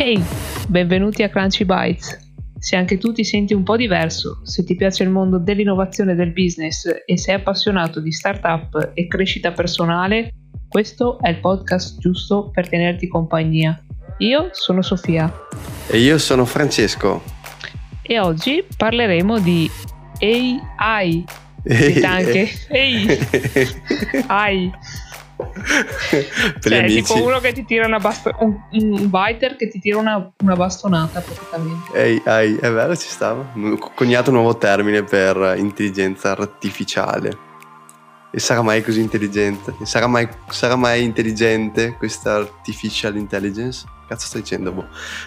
Ehi, benvenuti a Crunchy Bytes. Se anche tu ti senti un po' diverso, se ti piace il mondo dell'innovazione e del business e sei appassionato di startup e crescita personale, questo è il podcast giusto per tenerti compagnia. Io sono Sofia. E io sono Francesco. E oggi parleremo di AI. AI. Cioè, tipo uno che ti tira un biter che ti tira una bastonata praticamente. AI, è vero, ci stava. Coniato un nuovo termine per intelligenza artificiale. E sarà mai così intelligente? E sarà mai intelligente questa artificial intelligence? Cazzo sto dicendo? Boh.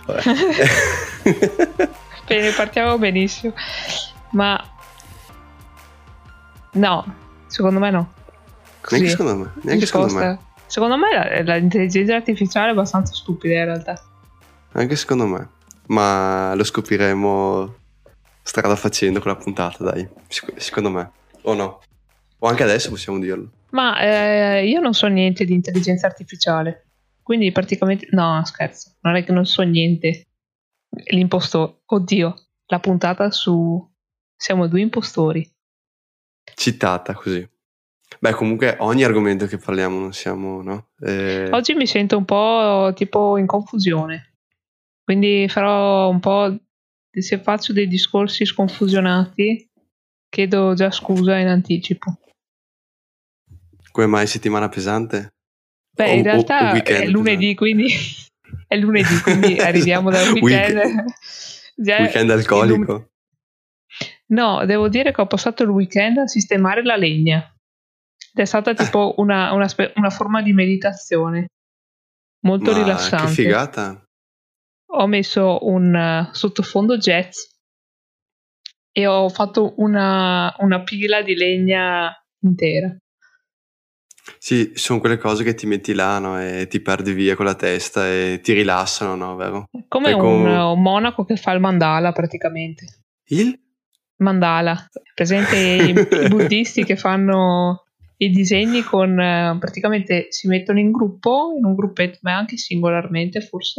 Vabbè. Bene, partiamo benissimo. Ma no, secondo me no. Così. Neanche secondo me. Secondo me l'intelligenza artificiale è abbastanza stupida in realtà. Anche secondo me. Ma lo scopriremo strada facendo con la puntata, dai. Secondo me. O no? O anche adesso possiamo dirlo. Ma io non so niente di intelligenza artificiale. Quindi praticamente... No, scherzo. Non è che non so niente. L'impostore. Oddio. La puntata su... Siamo due impostori. Citata così. Beh, comunque ogni argomento che parliamo non siamo, no? Oggi mi sento un po' tipo in confusione, quindi farò un po', se faccio dei discorsi sconfusionati, chiedo già scusa in anticipo. Come mai settimana pesante? Beh, in realtà è lunedì, quindi è lunedì, quindi arriviamo dal weekend. Weekend alcolico? No, devo dire che ho passato il weekend a sistemare la legna. Ed è stata tipo una forma di meditazione molto rilassante. Che figata! Ho messo un sottofondo jazz e ho fatto una pila di legna intera. Sì, sono quelle cose che ti metti là, no? E ti perdi via con la testa e ti rilassano, no? Vero? Come un monaco che fa il mandala praticamente. Il? Mandala. Presente i buddisti che fanno i disegni con praticamente si mettono in gruppo, in un gruppetto, ma anche singolarmente forse,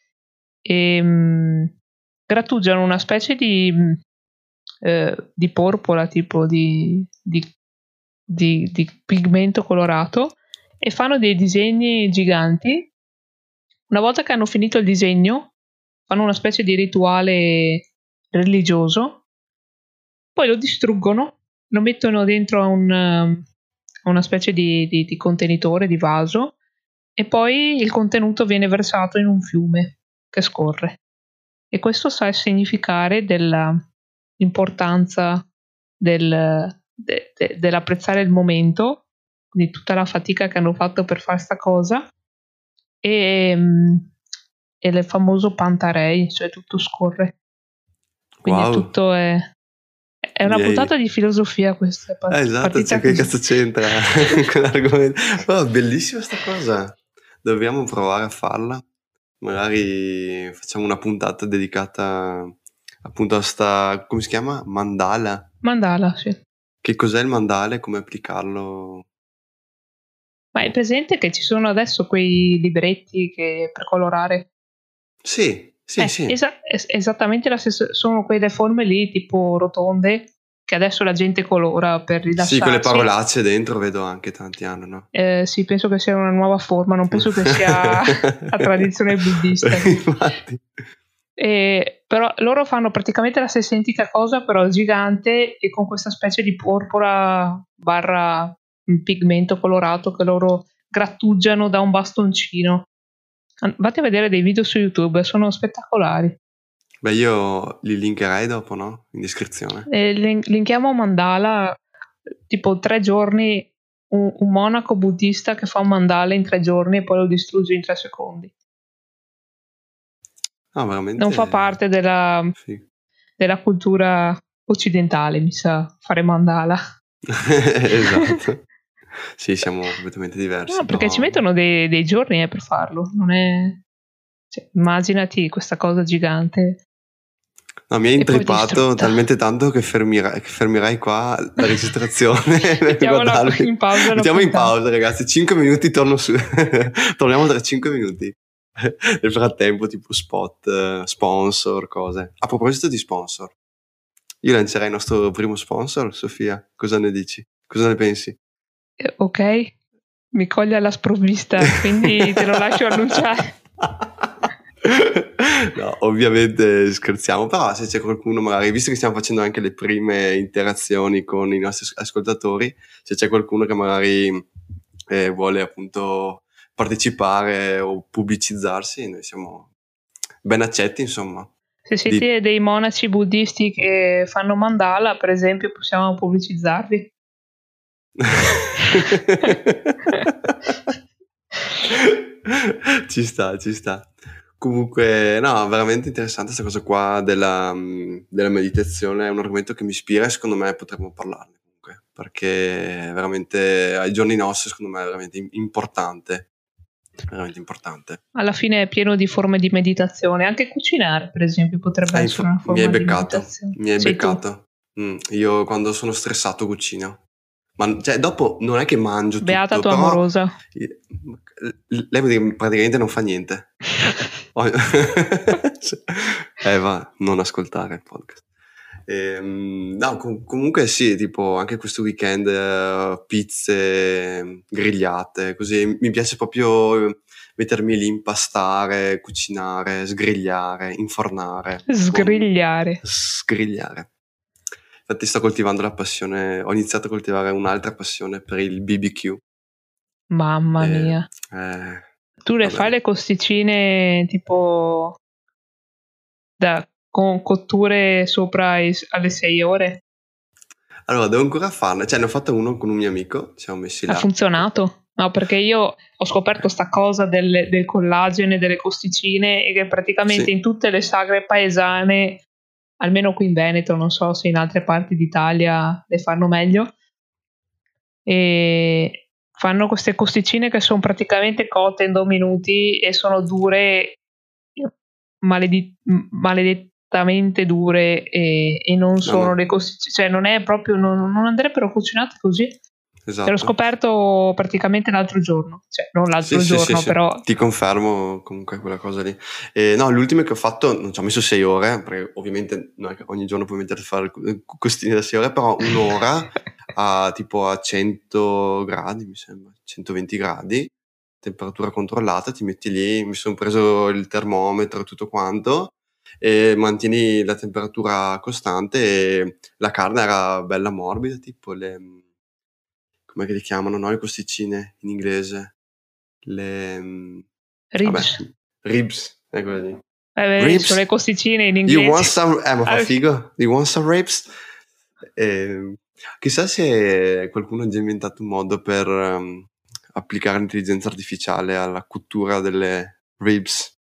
e grattugiano una specie di porpola, tipo di pigmento colorato, e fanno dei disegni giganti. Una volta che hanno finito il disegno fanno una specie di rituale religioso, poi lo distruggono, lo mettono dentro a una specie di contenitore, di vaso, e poi il contenuto viene versato in un fiume che scorre. E questo sa significare dell'importanza dell'apprezzare il momento, quindi tutta la fatica che hanno fatto per fare sta cosa, e il famoso Pantarei, cioè tutto scorre. Quindi wow. Tutto è una puntata di filosofia questa. Esatto, cioè, che cazzo c'entra con l'argomento? Oh, bellissima sta cosa. Dobbiamo provare a farla. Magari facciamo una puntata dedicata appunto a sta, come si chiama? Mandala. Mandala, sì. Che cos'è il mandala e come applicarlo? Ma è presente che ci sono adesso quei libretti per colorare? Sì. Esattamente la stessa, sono quelle forme lì tipo rotonde che adesso la gente colora per rilassarsi. Sì, quelle parolacce dentro vedo anche tanti hanno, no? Sì, penso che sia una nuova forma, non penso che sia la tradizione buddista. Infatti. Però loro fanno praticamente la stessa identica cosa, però gigante e con questa specie di porpora barra pigmento colorato che loro grattugiano da un bastoncino. Vatti a vedere dei video su YouTube, sono spettacolari. Beh, io li linkerei dopo, no? In descrizione. Linkiamo Mandala, tipo 3 giorni, un monaco buddista che fa un mandala in 3 giorni e poi lo distrugge in 3 secondi. No, veramente. Non fa parte della cultura occidentale, mi sa, fare mandala. Esatto. Sì, siamo completamente diversi. No, perché ci mettono dei giorni per farlo. Non è... Cioè, immaginati questa cosa gigante. No, mi hai intrippato talmente tanto che fermerai qua la registrazione. Mettiamo in pausa, ragazzi. 5 minuti, torno su. Torniamo tra 5 minuti. Nel frattempo tipo spot, sponsor, cose. A proposito di sponsor, io lancerei il nostro primo sponsor, Sofia, cosa ne dici? Cosa ne pensi? Ok, mi coglie alla sprovvista, quindi te lo lascio annunciare. No, ovviamente scherziamo, però se c'è qualcuno magari, visto che stiamo facendo anche le prime interazioni con i nostri ascoltatori, se c'è qualcuno che magari vuole appunto partecipare o pubblicizzarsi, noi siamo ben accetti, insomma. Se siete dei monaci buddisti che fanno mandala, per esempio, possiamo pubblicizzarvi. Ci sta. Comunque, no, veramente interessante questa cosa qua della meditazione, è un argomento che mi ispira e secondo me potremmo parlarne comunque, perché veramente ai giorni nostri secondo me è veramente importante. Veramente importante. Alla fine è pieno di forme di meditazione, anche cucinare per esempio potrebbe essere una forma di meditazione. Mi hai beccato. Io quando sono stressato cucino. Ma cioè, dopo non è che mangio Beata tutto, tua però amorosa. lei praticamente non fa niente. Va, non ascoltare il podcast. No, comunque sì, tipo anche questo weekend pizze grigliate, così mi piace proprio mettermi lì, impastare, cucinare, sgrigliare, infornare. Sgrigliare. Infatti sto coltivando la passione, ho iniziato a coltivare un'altra passione per il BBQ. Mamma mia. Tu le fai le costicine tipo con cotture sopra alle 6 ore? Allora, devo ancora farne, cioè ne ho fatto uno con un mio amico, ci siamo messi là. Ha funzionato? No, perché io ho scoperto sta cosa del collagene, delle costicine, e che praticamente in tutte le sagre paesane, almeno qui in Veneto, non so se in altre parti d'Italia le fanno meglio, e fanno queste costicine che sono praticamente cotte in 2 minuti e sono dure, maledettamente dure, e non sono le costicine, cioè non è proprio, non andrebbero cucinate così. Esatto. L'ho scoperto praticamente l'altro giorno, cioè non l'altro giorno, sì. però ti confermo comunque quella cosa lì. No, l'ultimo che ho fatto non ci ho messo 6 ore, perché ovviamente non è che ogni giorno puoi mettere a fare costine da 6 ore, però un'ora tipo a 100 gradi, mi sembra, 120 gradi, temperatura controllata, ti metti lì, mi sono preso il termometro e tutto quanto, e mantieni la temperatura costante e la carne era bella morbida, tipo come che li chiamano, no? Le costicine in inglese. Ribs, è quello lì. Ribs. Sono le costicine in inglese. You want some, ma fa figo. You want some ribs? Chissà se qualcuno ha già inventato un modo per applicare l'intelligenza artificiale alla cottura delle ribs.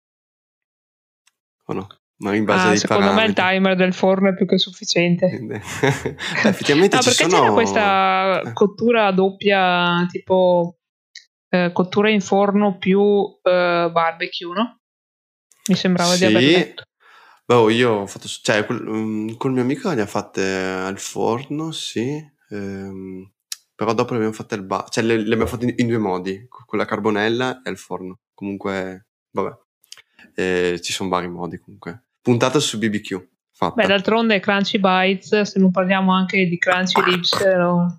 O no? Ma in base ai secondo parametri. me il timer del forno è più che sufficiente. Effettivamente perché c'era questa cottura doppia, tipo cottura in forno più barbecue, no? Mi sembrava di aver letto. Io ho fatto, cioè col mio amico le ha fatte al forno, sì, però dopo le abbiamo fatte al bar, cioè le abbiamo fatte in 2 modi, con la carbonella e al forno. Comunque, vabbè, ci sono vari modi comunque. Puntata su BBQ. Fatta. Beh, d'altronde Crunchy Bites, se non parliamo anche di Crunchy Lips, no,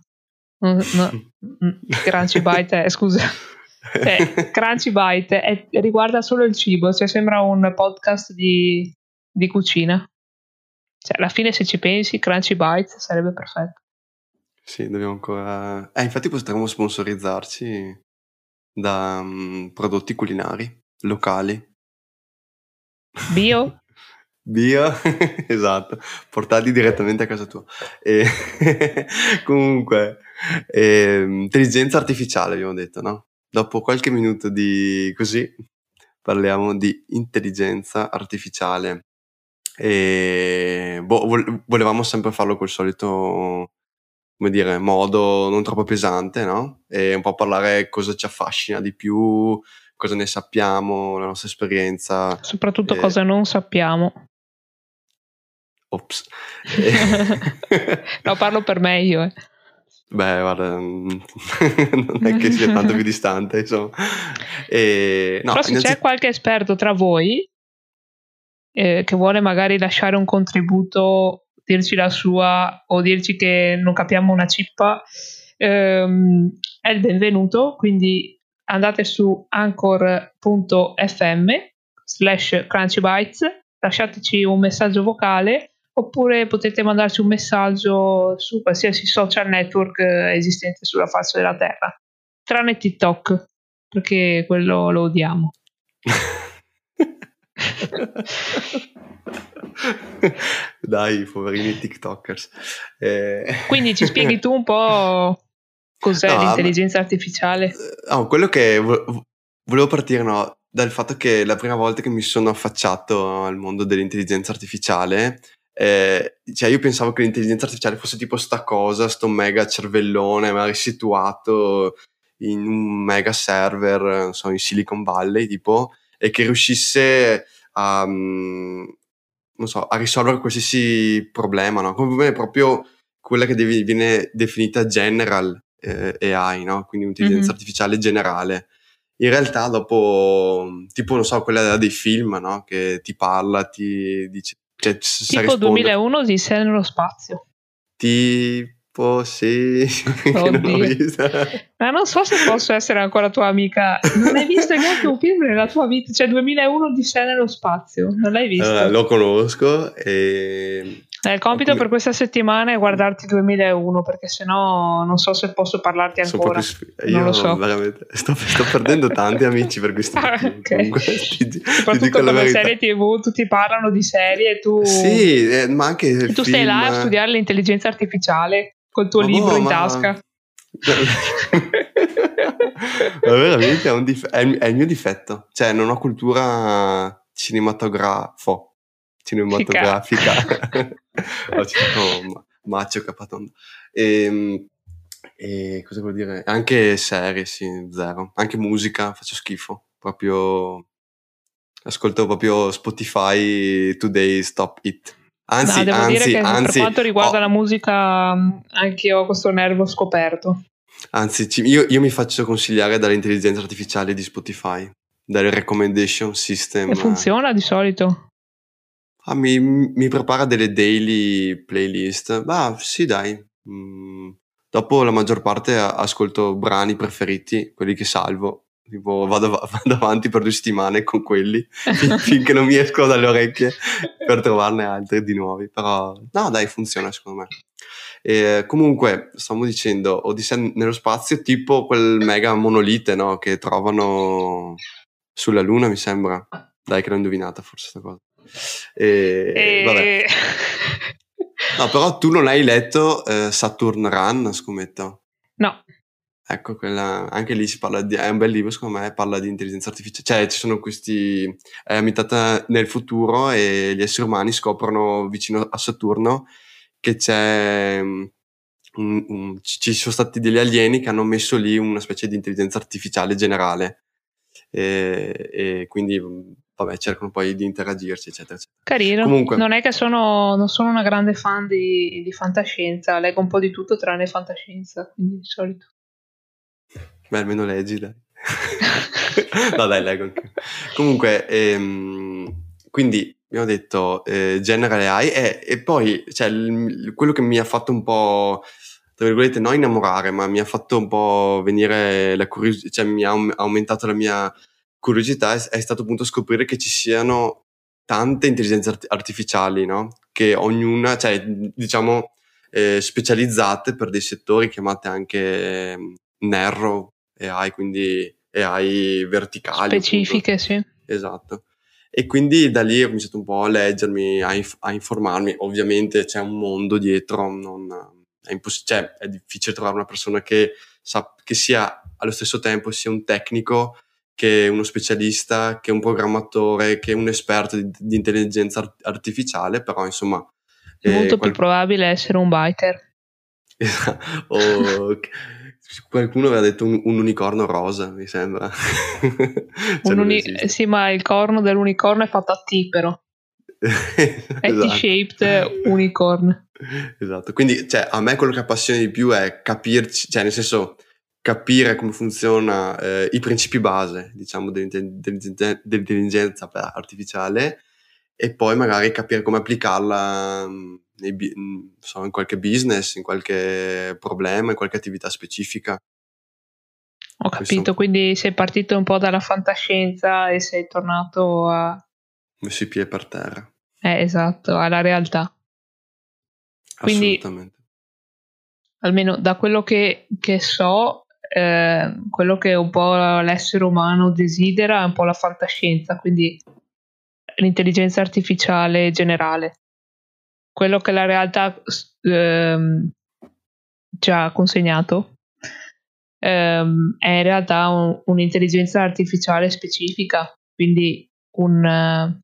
Crunchy Bite scusa. Crunchy Bite riguarda solo il cibo, cioè sembra un podcast di cucina. Cioè, alla fine, se ci pensi, Crunchy Bite sarebbe perfetto. Sì, dobbiamo ancora. Infatti potremmo sponsorizzarci da prodotti culinari locali. Bio? Bio, esatto, portati direttamente a casa tua. Comunque, intelligenza artificiale abbiamo detto, no? Dopo qualche minuto di così parliamo di intelligenza artificiale e volevamo sempre farlo col solito, come dire, modo non troppo pesante, no? E un po' parlare cosa ci affascina di più, cosa ne sappiamo, la nostra esperienza. Soprattutto cosa non sappiamo. Ops. No, parlo per me io. Beh, guarda, non è che sia tanto più distante, insomma. No, Però se c'è qualche esperto tra voi che vuole magari lasciare un contributo, dirci la sua o dirci che non capiamo una cippa, è il benvenuto, quindi andate su anchor.fm/crunchybytes, lasciateci un messaggio vocale oppure potete mandarci un messaggio su qualsiasi social network esistente sulla faccia della terra, tranne TikTok, perché quello lo odiamo. Dai, poverini TikTokers. Quindi ci spieghi tu un po' cos'è No, l'intelligenza artificiale? quello che volevo partire, no, dal fatto che la prima volta che mi sono affacciato al mondo dell'intelligenza artificiale, cioè io pensavo che l'intelligenza artificiale fosse tipo sta cosa, sto mega cervellone magari situato in un mega server, non so, in Silicon Valley tipo, e che riuscisse a, non so, a risolvere qualsiasi problema, no? Come proprio quella che viene definita general AI, no? Quindi un'intelligenza artificiale generale. In realtà dopo, tipo, non so, quella dei film, no? Che ti parla, ti dice, cioè, sa Tipo rispondere. 2001 Odissea nello spazio. Tipo, sì, che non l'ho Oddio. vista. Ma non so se posso essere ancora tua amica. Non hai visto neanche un film nella tua vita? Cioè 2001 Odissea nello spazio. Non l'hai visto? Allora, lo conosco e... Il compito per questa settimana è guardarti 2001, perché sennò non so se posso parlarti sono ancora. io Non lo so. veramente sto perdendo tanti amici per questo motivo. Okay. Comunque, ti Soprattutto dico la per le verità. serie TV, tutti parlano di serie e tu... Sì, ma anche E tu stai là a studiare l'intelligenza artificiale col tuo libro in tasca. Ma veramente è il mio difetto. Cioè, non ho cultura cinematografica. Ho citato Maccio Capatonda. E cosa vuol dire? Anche serie, sì, zero. Anche musica, faccio schifo. Proprio ascolto proprio Spotify Today Stop It. No, devo dire che per Anzi, quanto riguarda la musica anche io ho questo nervo scoperto. Anzi, io mi faccio consigliare dall'intelligenza artificiale di Spotify, dal recommendation system. E funziona di solito? Mi prepara delle daily playlist. Bah, sì, dai. Dopo la maggior parte ascolto brani preferiti, quelli che salvo. Tipo, vado avanti per 2 settimane con quelli, finché non mi escono dalle orecchie per trovarne altri di nuovi. Però, no, dai, funziona secondo me. Comunque, stavo dicendo, Odissea nello spazio, tipo quel mega monolite, no? Che trovano sulla Luna, mi sembra. Dai, che l'ho indovinata forse sta cosa. Vabbè. No, però tu non hai letto Saturn Run, scommetto. No. Ecco, anche lì si parla è un bel libro, secondo me, parla di intelligenza artificiale. Cioè, ci sono è ambientata nel futuro e gli esseri umani scoprono vicino a Saturno che ci sono stati degli alieni che hanno messo lì una specie di intelligenza artificiale generale. E quindi, vabbè, cercano poi di interagirci, eccetera, eccetera. Carino. Comunque, non è che non sono una grande fan di fantascienza, leggo un po' di tutto tranne fantascienza, quindi di solito. Beh, almeno leggi, dai. No, dai, leggo anche. Comunque, quindi abbiamo detto General AI e poi cioè, quello che mi ha fatto un po', tra virgolette, non innamorare, ma mi ha fatto un po' venire la curiosità, cioè mi ha aumentato la mia curiosità, è stato appunto scoprire che ci siano tante intelligenze artificiali, no? Che ognuna, cioè, diciamo, specializzate per dei settori chiamate anche narrow AI, quindi AI verticali. Specifiche, appunto. sì. Esatto. E quindi da lì ho cominciato un po' a leggermi, a informarmi. Ovviamente c'è un mondo dietro, cioè, è difficile trovare una persona che sia allo stesso tempo sia un tecnico, che uno specialista, che un programmatore, che un esperto di intelligenza artificiale, però insomma... È molto più probabile essere un biker. O qualcuno aveva detto un unicorno rosa, mi sembra. Sì, ma il corno dell'unicorno è fatto a T, però. Esatto. T-shaped unicorn. Esatto, quindi cioè, a me quello che appassiona di più è capirci, cioè nel senso capire come funziona i principi base, diciamo, dell'intelligenza artificiale e poi magari capire come applicarla in qualche business, in qualche problema, in qualche attività specifica. Ho Questo capito, quindi sei partito un po' dalla fantascienza e sei tornato a... messo i piedi per terra, esatto, alla realtà. Quindi, assolutamente. almeno da quello che so, quello che un po' l'essere umano desidera è un po' la fantascienza, quindi l'intelligenza artificiale generale. Quello che la realtà ci ha consegnato è in realtà un'intelligenza artificiale specifica, quindi un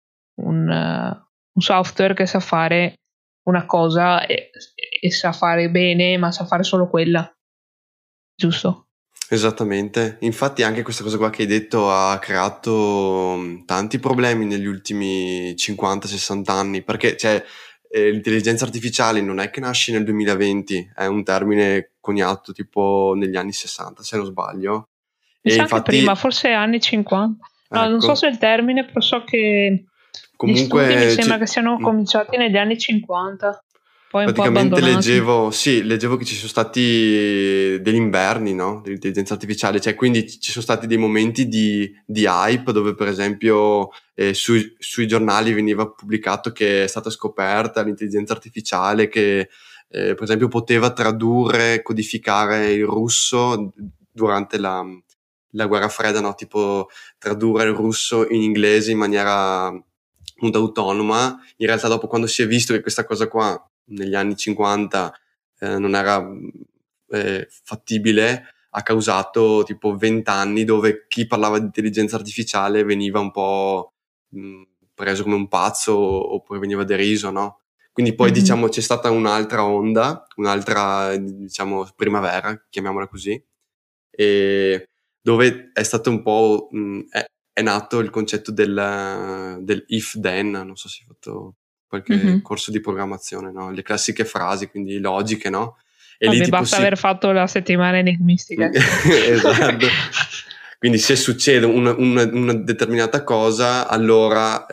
software che sa fare una cosa e sa fare bene, ma sa fare solo quella, giusto? Esattamente, infatti anche questa cosa qua che hai detto ha creato tanti problemi negli ultimi 50-60 anni, perché cioè, l'intelligenza artificiale non è che nasce nel 2020, è un termine coniato tipo negli anni 60, se non sbaglio. Mi E sa anche prima, infatti, forse anni 50. No, non so ecco, se il termine, però so che gli studi mi comunque sembra che siano cominciati negli anni 50, poi un po' praticamente abbandonati. leggevo che ci sono stati degli inverni, no? Dell'intelligenza artificiale, cioè quindi ci sono stati dei momenti di hype dove per esempio sui giornali veniva pubblicato che è stata scoperta l'intelligenza artificiale che per esempio poteva tradurre, codificare il russo durante la guerra fredda, no? Tipo tradurre il russo in inglese in maniera appunto autonoma. In realtà dopo quando si è visto che questa cosa qua negli anni 50 non era fattibile, ha causato tipo 20 anni dove chi parlava di intelligenza artificiale veniva un po' preso come un pazzo oppure veniva deriso, no? Quindi poi Mhm. diciamo c'è stata un'altra onda, un'altra diciamo primavera, chiamiamola così, e dove è stato un po' è nato il concetto del if then, non so se hai fatto qualche Mhm. corso di programmazione, no? Le classiche frasi, quindi logiche, no? E lì Vabbè, tipo basta aver fatto la settimana enigmistica. esatto. Quindi se succede una determinata cosa, allora,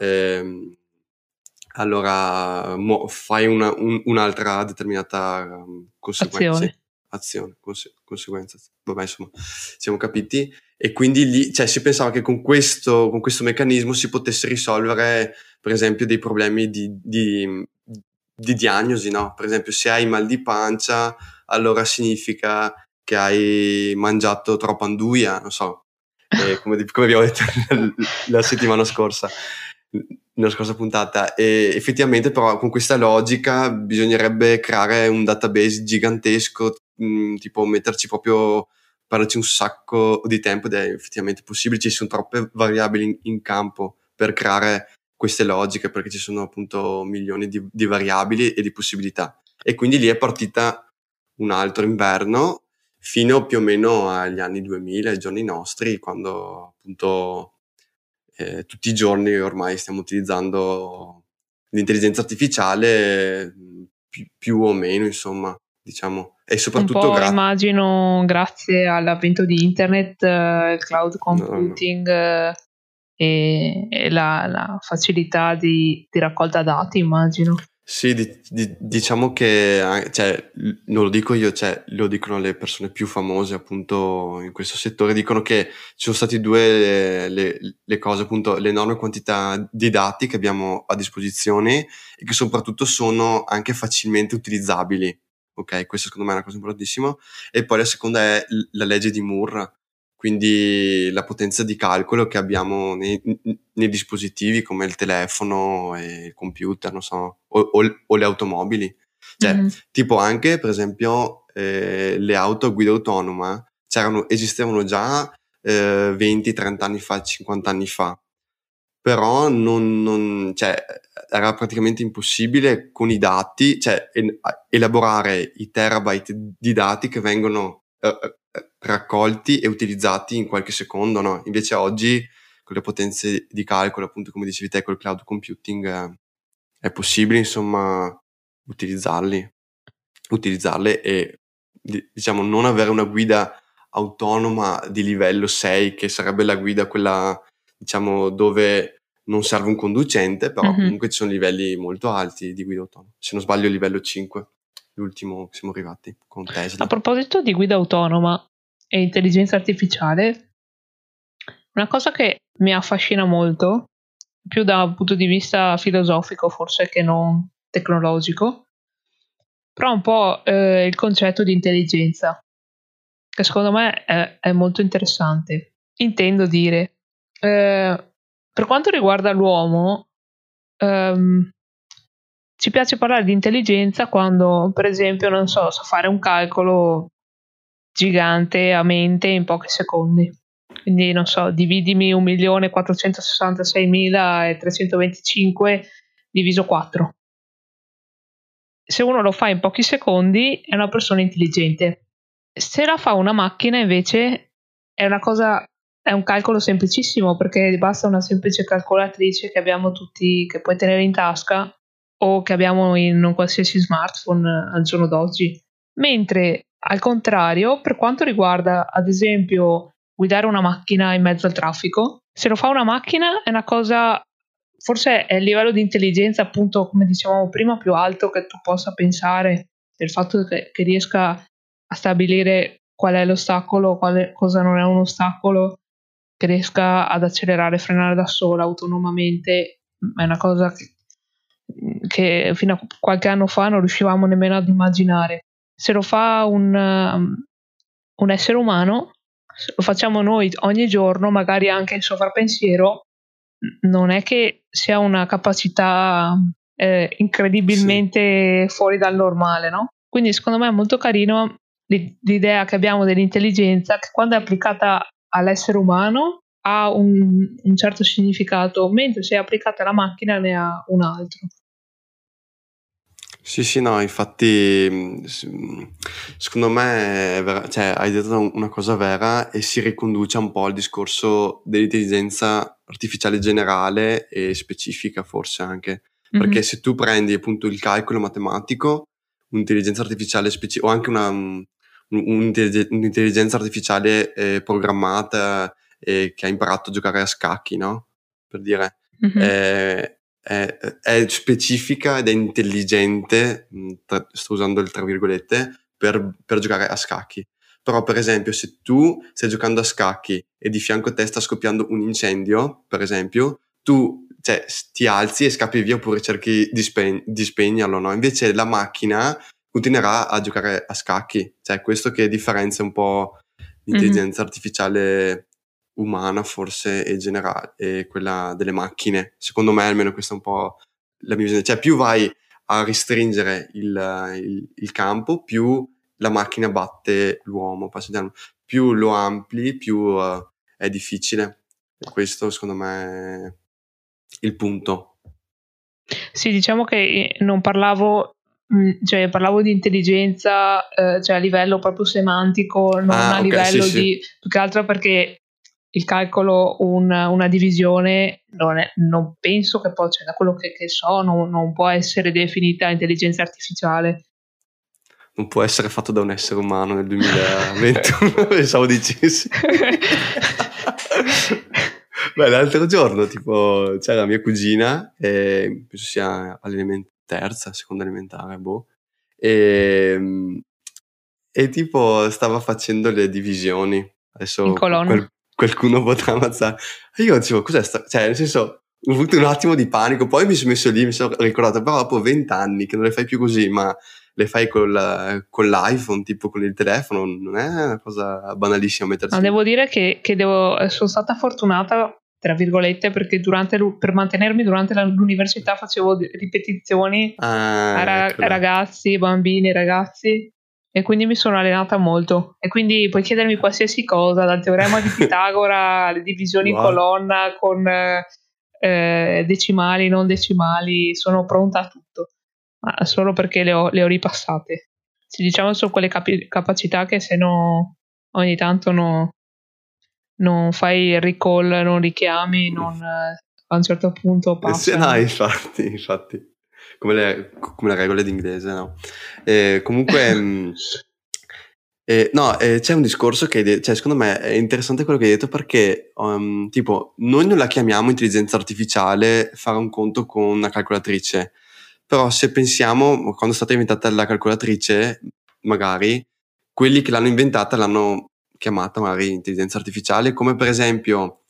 fai un'altra determinata conseguenza, sì, Azione. azione, conseguenza. Vabbè, insomma, siamo capiti. E quindi lì, cioè, si pensava che con questo meccanismo si potesse risolvere, per esempio, dei problemi di diagnosi, no? Per esempio, se hai mal di pancia, allora significa che hai mangiato troppa anduia, non so, come abbiamo detto la settimana scorsa, nella scorsa puntata. E effettivamente però con questa logica bisognerebbe creare un database gigantesco, tipo metterci proprio, perderci un sacco di tempo ed è effettivamente possibile, ci sono troppe variabili in campo per creare queste logiche perché ci sono appunto milioni di variabili e di possibilità. E quindi lì è partita un altro inverno fino più o meno agli anni 2000, ai giorni nostri, quando appunto tutti i giorni ormai stiamo utilizzando l'intelligenza artificiale più o meno, insomma, diciamo, e Un soprattutto po' immagino grazie all'avvento di internet, il cloud no. computing e la facilità di raccolta dati, immagino. Sì, diciamo che cioè, non lo dico io, cioè, lo dicono le persone più famose appunto in questo settore, dicono che ci sono stati due le cose, appunto, l'enorme quantità di dati che abbiamo a disposizione e che soprattutto sono anche facilmente utilizzabili. Ok, questa secondo me è una cosa importantissima. E poi la seconda è la legge di Moore, quindi la potenza di calcolo che abbiamo nei dispositivi come il telefono e il computer, non so, o le automobili. Cioè, Mhm. tipo anche, per esempio, le auto a guida autonoma esistevano già 20-30 anni fa, 50 anni fa, però cioè, era praticamente impossibile con i dati, cioè elaborare i terabyte di dati che vengono raccolti e utilizzati in qualche secondo, no? Invece oggi con le potenze di calcolo, appunto come dicevi te, col cloud computing è possibile insomma utilizzarle e diciamo non avere una guida autonoma di livello 6, che sarebbe la guida quella diciamo dove non serve un conducente, però comunque ci sono livelli molto alti di guida autonoma. Se non sbaglio livello 5, l'ultimo che siamo arrivati con Tesla. A proposito di guida autonoma e intelligenza artificiale, una cosa che mi affascina molto, più da un punto di vista filosofico forse che non tecnologico, però un po' il concetto di intelligenza, che secondo me è molto interessante. Intendo dire, per quanto riguarda l'uomo, ci piace parlare di intelligenza quando, per esempio, non so, sa fare un calcolo gigante a mente in pochi secondi. Quindi, non so, dividimi 1.466.325 diviso 4. Se uno lo fa in pochi secondi è una persona intelligente. Se la fa una macchina invece è un calcolo semplicissimo, perché basta una semplice calcolatrice che abbiamo tutti, che puoi tenere in tasca o che abbiamo in un qualsiasi smartphone al giorno d'oggi. Mentre al contrario, per quanto riguarda ad esempio guidare una macchina in mezzo al traffico, se lo fa una macchina è una cosa, forse è il livello di intelligenza, appunto, come dicevamo prima, più alto che tu possa pensare, il fatto che riesca a stabilire qual è l'ostacolo, cosa non è un ostacolo, che riesca ad accelerare e frenare da sola autonomamente, è una cosa che fino a qualche anno fa non riuscivamo nemmeno ad immaginare. Se lo fa un essere umano, se lo facciamo noi ogni giorno, magari anche il sovrappensiero, non è che sia una capacità incredibilmente fuori dal normale, no? Quindi secondo me è molto carino l'idea che abbiamo dell'intelligenza, che quando è applicata all'essere umano ha un certo significato, mentre se è applicata alla macchina ne ha un altro. Sì, no, infatti secondo me cioè, hai detto una cosa vera e si riconduce un po' al discorso dell'intelligenza artificiale generale e specifica forse anche, perché se tu prendi appunto il calcolo matematico, un'intelligenza artificiale specifica o anche un'intelligenza artificiale programmata che ha imparato a giocare a scacchi, no? Per dire, è specifica ed è intelligente, sto usando il tra virgolette, per giocare a scacchi. Però per esempio se tu stai giocando a scacchi e di fianco a te sta scoppiando un incendio, per esempio, tu ti alzi e scappi via oppure cerchi di spegnerlo, no? Invece la macchina continuerà a giocare a scacchi. Cioè questo che differenzia un po' l'intelligenza artificiale umana forse e generale e quella delle macchine. Secondo me almeno questa è un po' la mia visione. Cioè più vai a restringere il campo, più la macchina batte l'uomo, più lo ampli, più è difficile. E questo secondo me è il punto. Sì, diciamo che non parlavo, cioè parlavo di intelligenza, cioè a livello proprio semantico, non a okay, livello sì. di più che altro perché il calcolo, una divisione non penso che cioè da quello che so, non può essere definita intelligenza artificiale. Non può essere fatto da un essere umano nel 2021, pensavo dicessi. Beh, l'altro giorno tipo c'era mia cugina, penso sia terza, seconda elementare, boh, e tipo stava facendo le divisioni. Adesso In colonna. qualcuno potrà ammazzare. E io dicevo, cos'è cioè nel senso, ho avuto un attimo di panico, poi mi sono messo lì, mi sono ricordato, però dopo 20 anni che non le fai più così, ma le fai con l'iPhone, tipo con il telefono, non è una cosa banalissima mettersi. No, devo dire che sono stata fortunata, tra virgolette, perché per mantenermi durante l'università facevo ripetizioni a ragazzi, bambini, ragazzi, e quindi mi sono allenata molto. E quindi puoi chiedermi qualsiasi cosa, dal teorema di Pitagora alle divisioni in colonna con decimali, non decimali, sono pronta a tutto, ma solo perché le ho ripassate. Sì, diciamo sono quelle capacità che se no ogni tanto non fai il recall, non richiami, a un certo punto Sì, passano. no, infatti. come le regole d'inglese, no? Comunque, no, c'è un discorso che cioè, secondo me è interessante quello che hai detto, perché tipo noi non la chiamiamo intelligenza artificiale, fare un conto con una calcolatrice, però se pensiamo, quando è stata inventata la calcolatrice, magari quelli che l'hanno inventata l'hanno chiamata magari intelligenza artificiale, come per esempio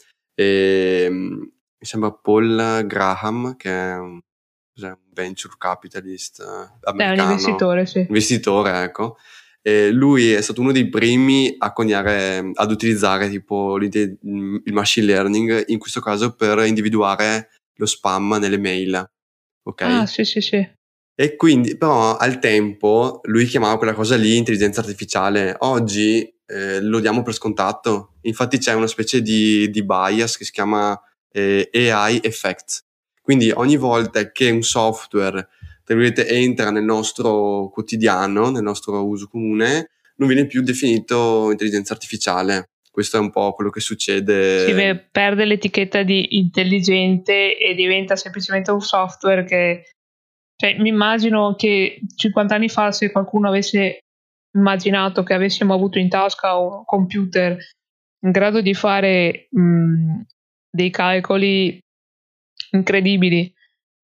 mi sembra Paul Graham, che è cos'è, un venture capitalist È un americano, investitore, sì. investitore, ecco. Lui è stato uno dei primi a coniare, ad utilizzare tipo il machine learning, in questo caso per individuare lo spam nelle mail, ok? Ah, sì, sì, sì. E quindi, però, al tempo lui chiamava quella cosa lì intelligenza artificiale. Oggi lo diamo per scontato. Infatti c'è una specie di bias che si chiama AI effect. Quindi ogni volta che un software, tra virgolette, entra nel nostro quotidiano, nel nostro uso comune, non viene più definito intelligenza artificiale. Questo è un po' quello che succede. Perde l'etichetta di intelligente e diventa semplicemente un software che... Cioè, mi immagino che 50 anni fa, se qualcuno avesse immaginato che avessimo avuto in tasca un computer in grado di fare dei calcoli incredibili,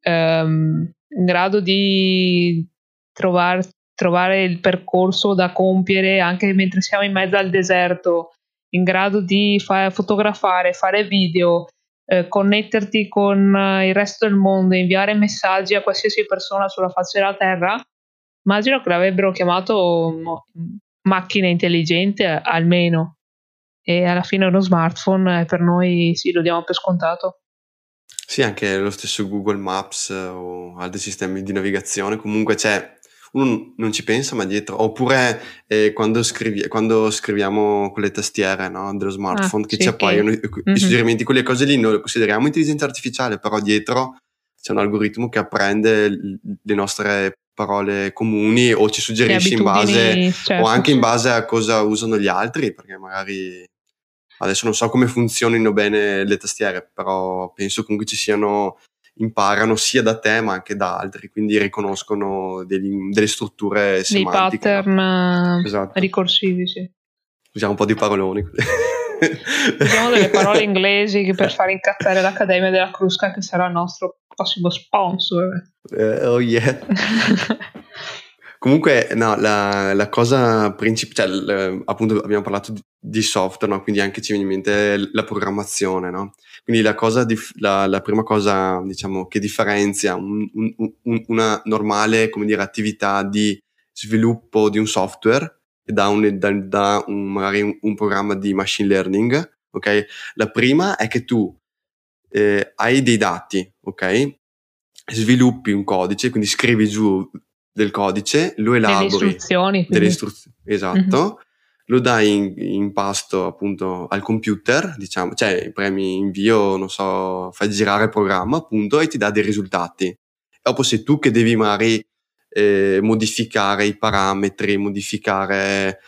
in grado di trovare il percorso da compiere anche mentre siamo in mezzo al deserto, in grado di fotografare, fare video, connetterti con il resto del mondo, inviare messaggi a qualsiasi persona sulla faccia della terra, immagino che l'avrebbero chiamato macchina intelligente almeno. E alla fine uno smartphone per noi sì, lo diamo per scontato. Sì, anche lo stesso Google Maps o altri sistemi di navigazione, comunque uno non ci pensa, ma dietro, oppure quando scriviamo con le tastiere, no, dello smartphone, che ci Sì, appaiono i suggerimenti, quelle cose lì noi le consideriamo intelligenza artificiale, però dietro c'è un algoritmo che apprende le nostre parole comuni o ci suggerisce in base, o certo, anche in base a cosa usano gli altri, perché magari adesso non so come funzionino bene le tastiere, però penso comunque imparano sia da te ma anche da altri, quindi riconoscono delle strutture dei semantiche, no? pattern Esatto. ricorsivi, sì. Usiamo un po' di paroloni. Usiamo delle parole inglesi per far incazzare l'Accademia della Crusca, che sarà il nostro prossimo sponsor. Oh yeah. Comunque, no, la cosa principale, cioè, appunto abbiamo parlato di software, no? Quindi anche ci viene in mente la programmazione, no? Quindi la prima cosa, diciamo, che differenzia una normale, come dire, attività di sviluppo di un software magari un programma di machine learning, ok? La prima è che tu hai dei dati, ok? Sviluppi un codice, quindi scrivi giù del codice, lo Delle elabori, istruzioni, delle quindi. istruzioni, esatto, lo dai in pasto appunto al computer, diciamo, cioè premi invio, non so, fai girare il programma appunto e ti dà dei risultati. Dopo sei tu che devi magari modificare i parametri, modificare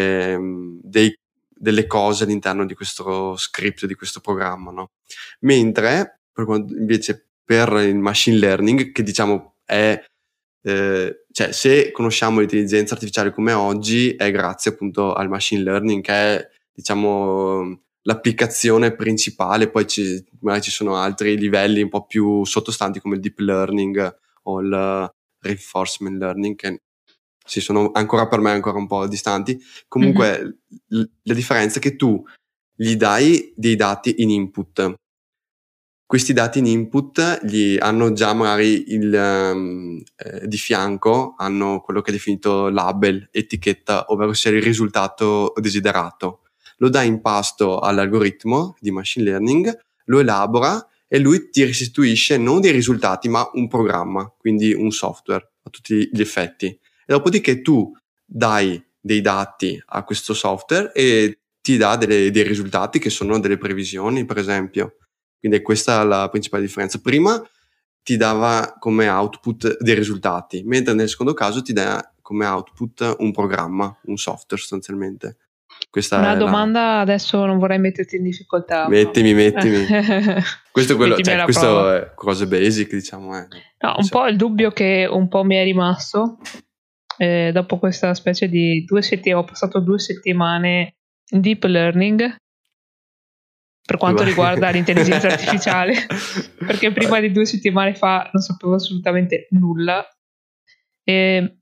delle cose all'interno di questo script, di questo programma, no? Mentre invece per il machine learning, che diciamo è cioè se conosciamo l'intelligenza artificiale come oggi è grazie appunto al machine learning, che è diciamo l'applicazione principale. Poi magari ci sono altri livelli un po' più sottostanti come il deep learning o il reinforcement learning, che sì, sono ancora per me ancora un po' distanti. Comunque la differenza è che tu gli dai dei dati in input. Questi dati in input gli hanno già magari di fianco hanno quello che è definito label, etichetta, ovvero sia il risultato desiderato. Lo dai in pasto all'algoritmo di machine learning, lo elabora e lui ti restituisce non dei risultati ma un programma, quindi un software a tutti gli effetti. E dopodiché tu dai dei dati a questo software e ti dà dei risultati che sono delle previsioni, per esempio. Quindi è questa la principale differenza. Prima ti dava come output dei risultati, mentre nel secondo caso ti dà come output un programma, un software sostanzialmente. Questa Una è domanda, adesso non vorrei metterti in difficoltà. Mettimi. Questo è quello, Mettimi alla questo prova. è cose basic, diciamo. No, un po' il dubbio che un po' mi è rimasto dopo questa specie di 2 settimane, ho passato 2 settimane in deep learning per quanto riguarda l'intelligenza artificiale, perché prima di 2 settimane fa non sapevo assolutamente nulla. Il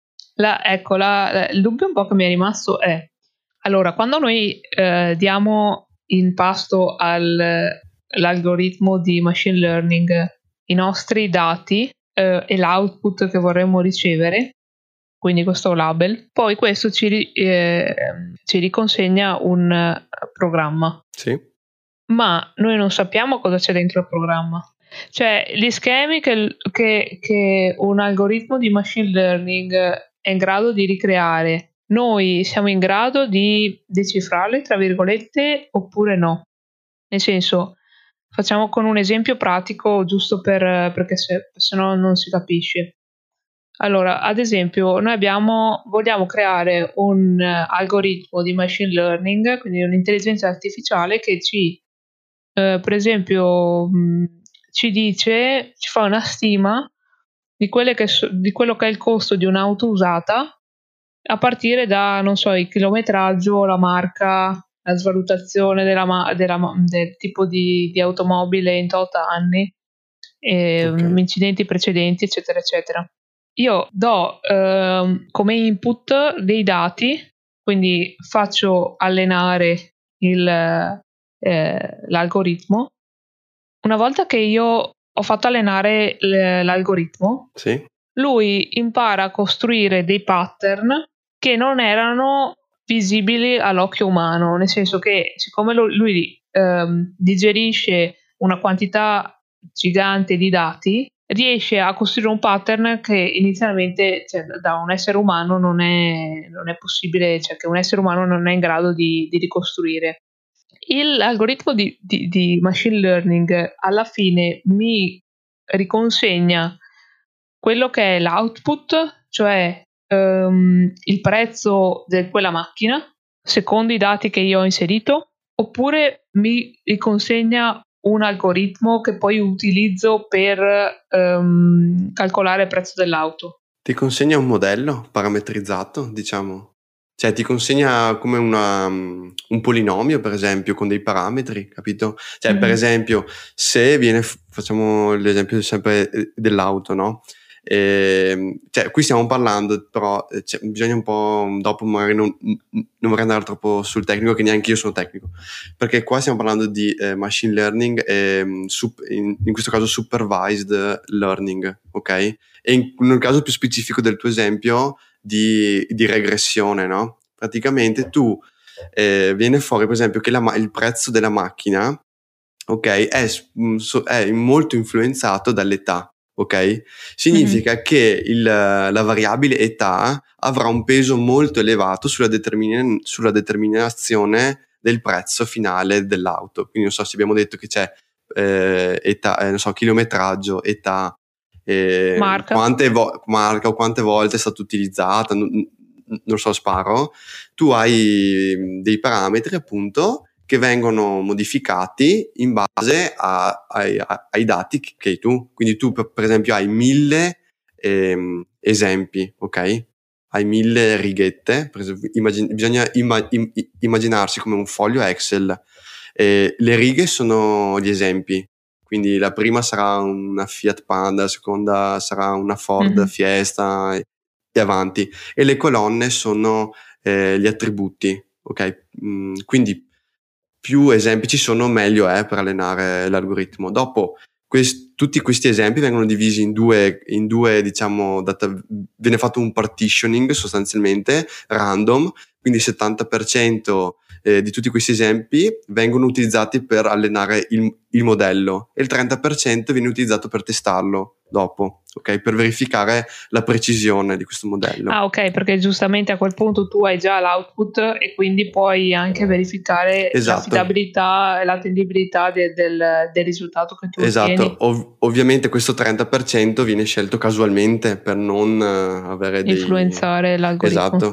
dubbio un po' che mi è rimasto è, allora, quando noi diamo in pasto all'algoritmo di machine learning i nostri dati e l'output che vorremmo ricevere, quindi questo label, poi questo ci riconsegna un programma. Sì. Ma noi non sappiamo cosa c'è dentro il programma. Cioè, gli schemi che un algoritmo di machine learning è in grado di ricreare, noi siamo in grado di decifrarli, tra virgolette, oppure no? Nel senso, facciamo con un esempio pratico, giusto perché se no non si capisce. Allora, ad esempio, noi vogliamo creare un algoritmo di machine learning, quindi un'intelligenza artificiale che per esempio, ci fa una stima di di quello che è il costo di un'auto usata a partire da, non so, il chilometraggio, la marca, la svalutazione del tipo di automobile in tot anni, incidenti precedenti, eccetera, eccetera. Io do come input dei dati, quindi faccio allenare l'algoritmo. Una volta che io ho fatto allenare l'algoritmo, Sì. lui impara a costruire dei pattern che non erano visibili all'occhio umano, nel senso che siccome lui digerisce una quantità gigante di dati, riesce a costruire un pattern che inizialmente, cioè, da un essere umano non è possibile, cioè che un essere umano non è in grado di ricostruire. L'algoritmo di machine learning alla fine mi riconsegna quello che è l'output, cioè il prezzo di quella macchina, secondo i dati che io ho inserito, oppure mi riconsegna un algoritmo che poi utilizzo per calcolare il prezzo dell'auto. Ti consegna un modello parametrizzato, diciamo. Cioè ti consegna come un polinomio, per esempio, con dei parametri, capito? Cioè, per esempio, se facciamo l'esempio sempre dell'auto, no? Cioè, qui stiamo parlando, però bisogna un po', dopo magari non vorrei andare troppo sul tecnico, che neanche io sono tecnico, perché qua stiamo parlando di machine learning e in questo caso supervised learning, ok? E nel caso più specifico del tuo esempio di regressione, no? Praticamente tu viene fuori, per esempio, che il prezzo della macchina, ok, è molto influenzato dall'età, ok? Significa che la variabile età avrà un peso molto elevato sulla determinazione del prezzo finale dell'auto. Quindi non so se abbiamo detto che c'è età, non so, chilometraggio, età, Marca. marca o quante volte è stata utilizzata, non so, sparo. Tu hai dei parametri appunto che vengono modificati in base ai dati che hai tu. Quindi tu per esempio hai 1000 esempi, ok? Hai 1000 righette, per esempio, bisogna immaginarsi come un foglio Excel. Le righe sono gli esempi, quindi la prima sarà una Fiat Panda, la seconda sarà una Ford Fiesta e avanti, e le colonne sono gli attributi, ok? Quindi più esempi ci sono, meglio è per allenare l'algoritmo. Dopo tutti questi esempi vengono divisi in due, diciamo, viene fatto un partitioning sostanzialmente random, quindi il 70% di tutti questi esempi vengono utilizzati per allenare il modello e il 30% viene utilizzato per testarlo dopo, ok? Per verificare la precisione di questo modello. Ah, ok, perché giustamente a quel punto tu hai già l'output e quindi puoi anche verificare l'affidabilità e l'attendibilità del risultato che tu ottieni. Esatto, ovviamente questo 30% viene scelto casualmente per non avere influenzare l'algoritmo. Esatto.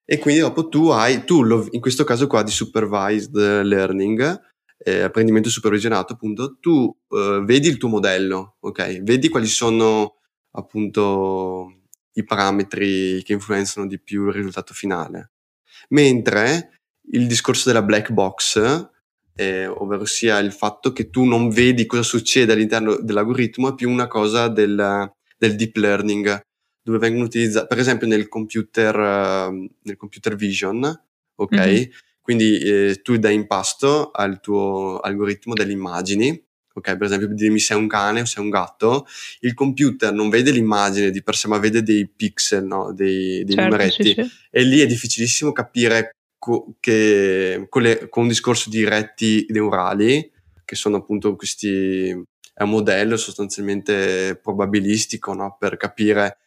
E quindi dopo in questo caso qua di supervised learning, apprendimento supervisionato, appunto, tu vedi il tuo modello, ok? Vedi quali sono appunto i parametri che influenzano di più il risultato finale. Mentre il discorso della black box, ovvero sia il fatto che tu non vedi cosa succede all'interno dell'algoritmo, è più una cosa del deep learning, dove vengono utilizzati, per esempio nel computer vision, ok? Mhm. Quindi tu dai in pasto al tuo algoritmo delle immagini, ok? Per esempio dimmi se è un cane o se è un gatto, il computer non vede l'immagine di per sé, ma vede dei pixel, no? Dei Certo, sì, numeretti, sì. e lì è difficilissimo capire che con un discorso di reti neurali, che sono appunto questi, è un modello sostanzialmente probabilistico, no? Per capire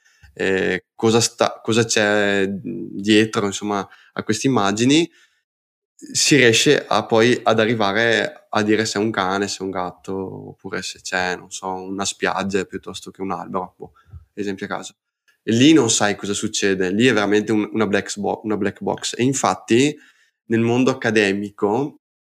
cosa c'è dietro, insomma, a queste immagini, si riesce poi ad arrivare a dire se è un cane, se è un gatto, oppure se c'è, non so, una spiaggia piuttosto che un albero, esempio a caso. E lì non sai cosa succede, lì è veramente una black box. E infatti nel mondo accademico,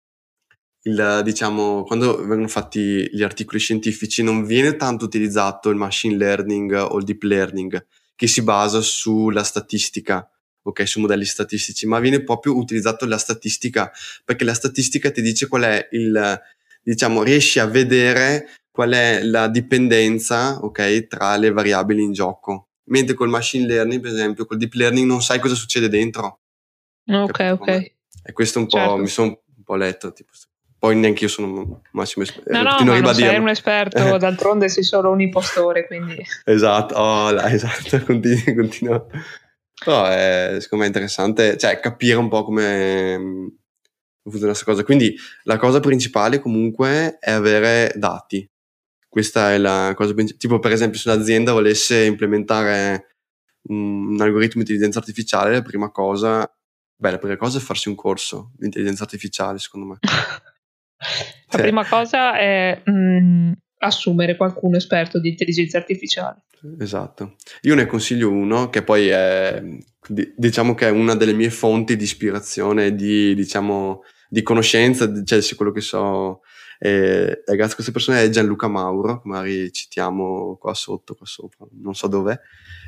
diciamo, quando vengono fatti gli articoli scientifici, non viene tanto utilizzato il machine learning o il deep learning, che si basa sulla statistica, ok, su modelli statistici, ma viene proprio utilizzato la statistica, perché la statistica ti dice qual è diciamo, riesci a vedere qual è la dipendenza, ok, tra le variabili in gioco. Mentre col machine learning, per esempio, col deep learning non sai cosa succede dentro. Ok, Capito ok. com'è? E questo un po', mi Certo. sono un po' letto, tipo, poi neanche io sono massimo esperto, No, continuo a ma non sei ribadirlo. un esperto, d'altronde sei solo un impostore, quindi... Esatto, oh, là, esatto, continua. Però secondo me è interessante, cioè, capire un po' come funziona questa cosa. Quindi la cosa principale comunque è avere dati. Questa è la cosa principale. Tipo, per esempio, se un'azienda volesse implementare un algoritmo di intelligenza artificiale, la prima cosa è farsi un corso di intelligenza artificiale, secondo me. La Cioè, prima cosa è assumere qualcuno esperto di intelligenza artificiale. esatto. Io ne consiglio uno che poi è, diciamo che è una delle mie fonti di ispirazione, diciamo, di conoscenza, cioè sì, quello che so. Grazie a queste persone è Gianluca Mauro, che magari citiamo qua sopra, non so dove.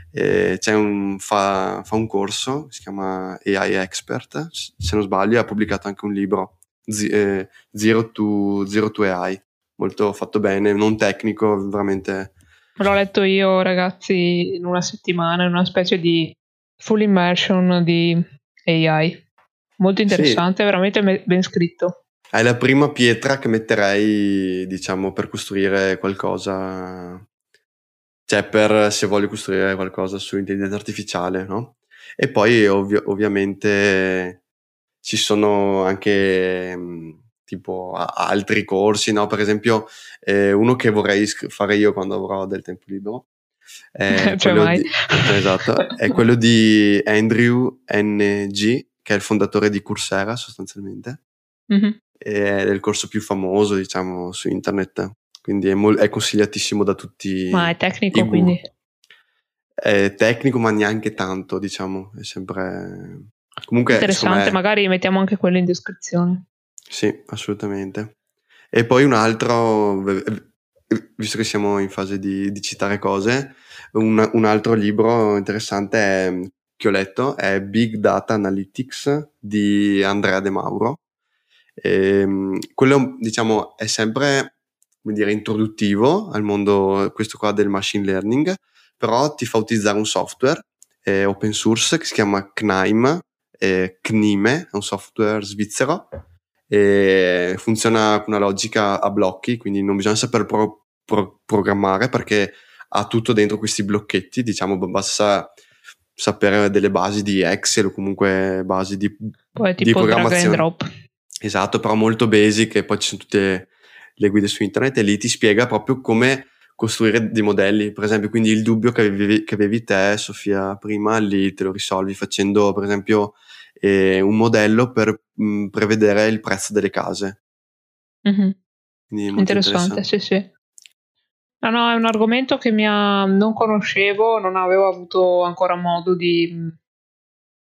Fa un corso, si chiama AI Expert, se non sbaglio, ha pubblicato anche un libro, Zero to AI, molto fatto bene, non tecnico, veramente. L'ho letto io, ragazzi, in una settimana, in una specie di full immersion di AI. Molto Sì, interessante, veramente ben scritto. è la prima pietra che metterei, diciamo, per costruire qualcosa, cioè per se voglio costruire qualcosa su intelligenza artificiale, no? E poi ovviamente ci sono anche tipo altri corsi, no? Per esempio uno che vorrei fare io quando avrò del tempo libero è Cioè quello mai. di, esatto, è quello di Andrew Ng, che è il fondatore di Coursera sostanzialmente, Mhm. è il corso più famoso, diciamo, su internet, quindi è consigliatissimo da Ma tutti è i tecnico, guru. quindi È tecnico, ma neanche tanto, diciamo, è sempre. Comunque, secondo interessante, me, magari mettiamo anche quello in descrizione. sì, assolutamente. E poi un altro, visto che siamo in fase di citare cose, un altro libro interessante che ho letto è Big Data Analytics di Andrea De Mauro. Quello, diciamo, è sempre, come dire, introduttivo al mondo, questo qua del machine learning, però ti fa utilizzare un software open source che si chiama Knime, Knime, è un software svizzero, e funziona con una logica a blocchi, quindi non bisogna saper programmare, perché ha tutto dentro questi blocchetti, diciamo, basta sapere delle basi di Excel o comunque basi Poi è di tipo drag and programmazione. drop. Esatto, però molto basic, e poi ci sono tutte le guide su internet e lì ti spiega proprio come costruire dei modelli. Per esempio, quindi il dubbio che avevi te, Sofia, prima, lì te lo risolvi facendo, per esempio, un modello per prevedere il prezzo delle case. Mhm. Quindi è molto Interessante, interessante. sì, sì. No, no, è un argomento che non conoscevo, non avevo avuto ancora modo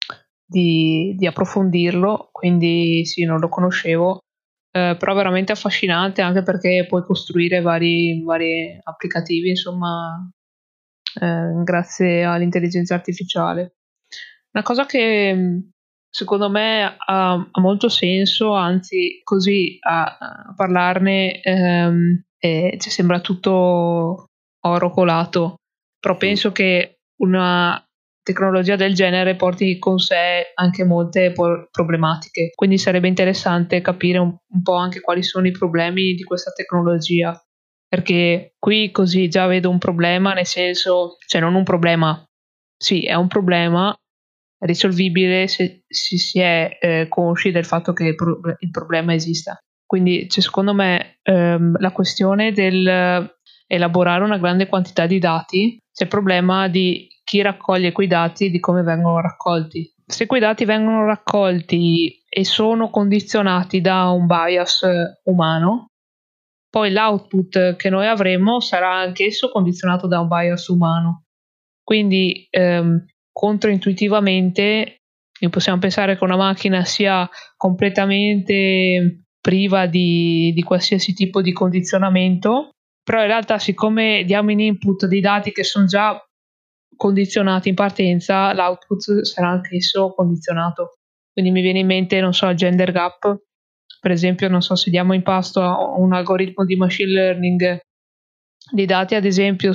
di approfondirlo, quindi sì, non lo conoscevo, però veramente affascinante anche perché puoi costruire vari applicativi, insomma, grazie all'intelligenza artificiale. Una cosa che secondo me ha molto senso, anzi così a parlarne ci sembra tutto oro colato, però penso che una tecnologia del genere porti con sé anche molte problematiche, quindi sarebbe interessante capire un po' anche quali sono i problemi di questa tecnologia, perché qui così già vedo un problema, nel senso, cioè non un problema, sì, è un problema risolvibile se si è consci del fatto che il problema esista. Quindi secondo me la questione del elaborare una grande quantità di dati, c'è il problema di chi raccoglie quei dati e di come vengono raccolti. Se quei dati vengono raccolti e sono condizionati da un bias umano, poi l'output che noi avremo sarà anch'esso condizionato da un bias umano. Quindi controintuitivamente possiamo pensare che una macchina sia completamente priva di qualsiasi tipo di condizionamento, però in realtà siccome diamo in input dei dati che sono già condizionati in partenza, l'output sarà anch'esso condizionato. Quindi mi viene in mente, non so, il gender gap, per esempio, non so se diamo in pasto a un algoritmo di machine learning dei dati, ad esempio,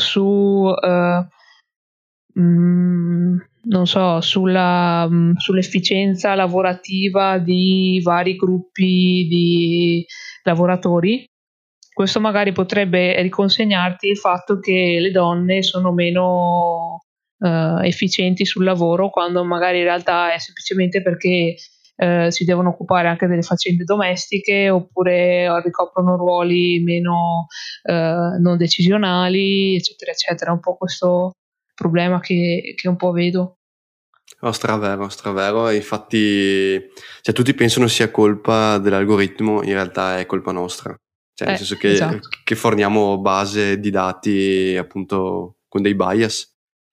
non so, sull'efficienza lavorativa di vari gruppi di lavoratori. Questo magari potrebbe riconsegnarti il fatto che le donne sono meno efficienti sul lavoro, quando magari in realtà è semplicemente perché si devono occupare anche delle faccende domestiche, oppure ricoprono ruoli meno non decisionali, eccetera, eccetera. Un po' questo problema che un po' vedo. Oh, stravero, stravero. E infatti, cioè, tutti pensano sia colpa dell'algoritmo, in realtà è colpa nostra. Cioè, nel senso Esatto. che forniamo base di dati appunto con dei bias.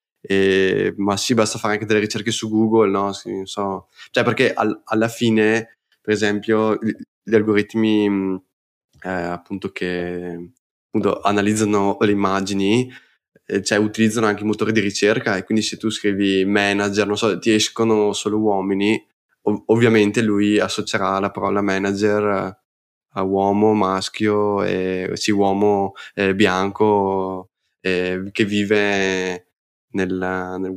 Ma sì, basta fare anche delle ricerche su Google, no? Sì, non so. Cioè, perché alla fine, per esempio, gli algoritmi appunto che appunto analizzano le immagini, cioè utilizzano anche i motori di ricerca, e quindi se tu scrivi manager, non so, ti escono solo uomini, ovviamente lui associerà la parola manager a uomo, maschio, sì, uomo bianco, che vive nel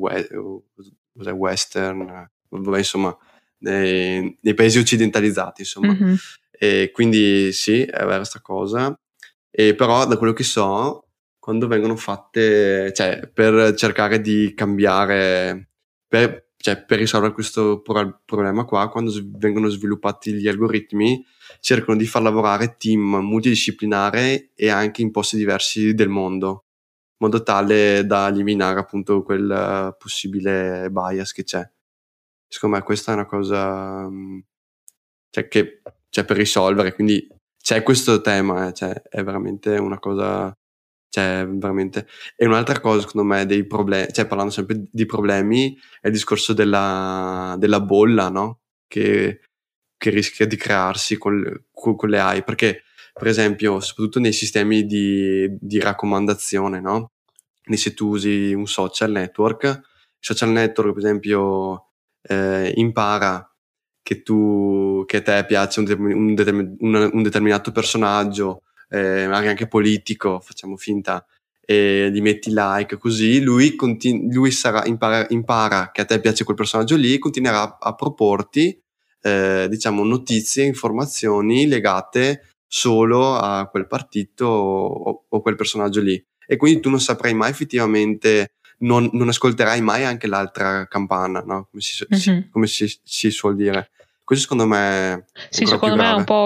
western, vabbè, insomma, nei paesi occidentalizzati, insomma. Mm-hmm. E quindi sì, è vera sta cosa. E però da quello che so, quando vengono fatte, cioè per cercare di cambiare, cioè per risolvere questo problema qua, quando vengono sviluppati gli algoritmi, cercano di far lavorare team multidisciplinari e anche in posti diversi del mondo, in modo tale da eliminare appunto quel possibile bias che c'è. Secondo me questa è una cosa cioè che c'è per risolvere, quindi c'è questo tema, cioè è veramente una cosa, cioè veramente. E un'altra cosa secondo me dei problemi, cioè parlando sempre di problemi, è il discorso della bolla, no? Che rischia di crearsi con le AI, perché per esempio soprattutto nei sistemi di raccomandazione, no? Quindi se tu usi un social network, il social network per esempio impara che a te piace un determinato personaggio, magari anche politico, facciamo finta, e gli metti like, così lui impara che a te piace quel personaggio lì e continuerà a proporti diciamo notizie, informazioni legate solo a quel partito o quel personaggio lì, e quindi tu non saprai mai effettivamente, non ascolterai mai anche l'altra campana, no? Come si suol dire. Questo secondo me è Sì, ancora più secondo me è un grave. po'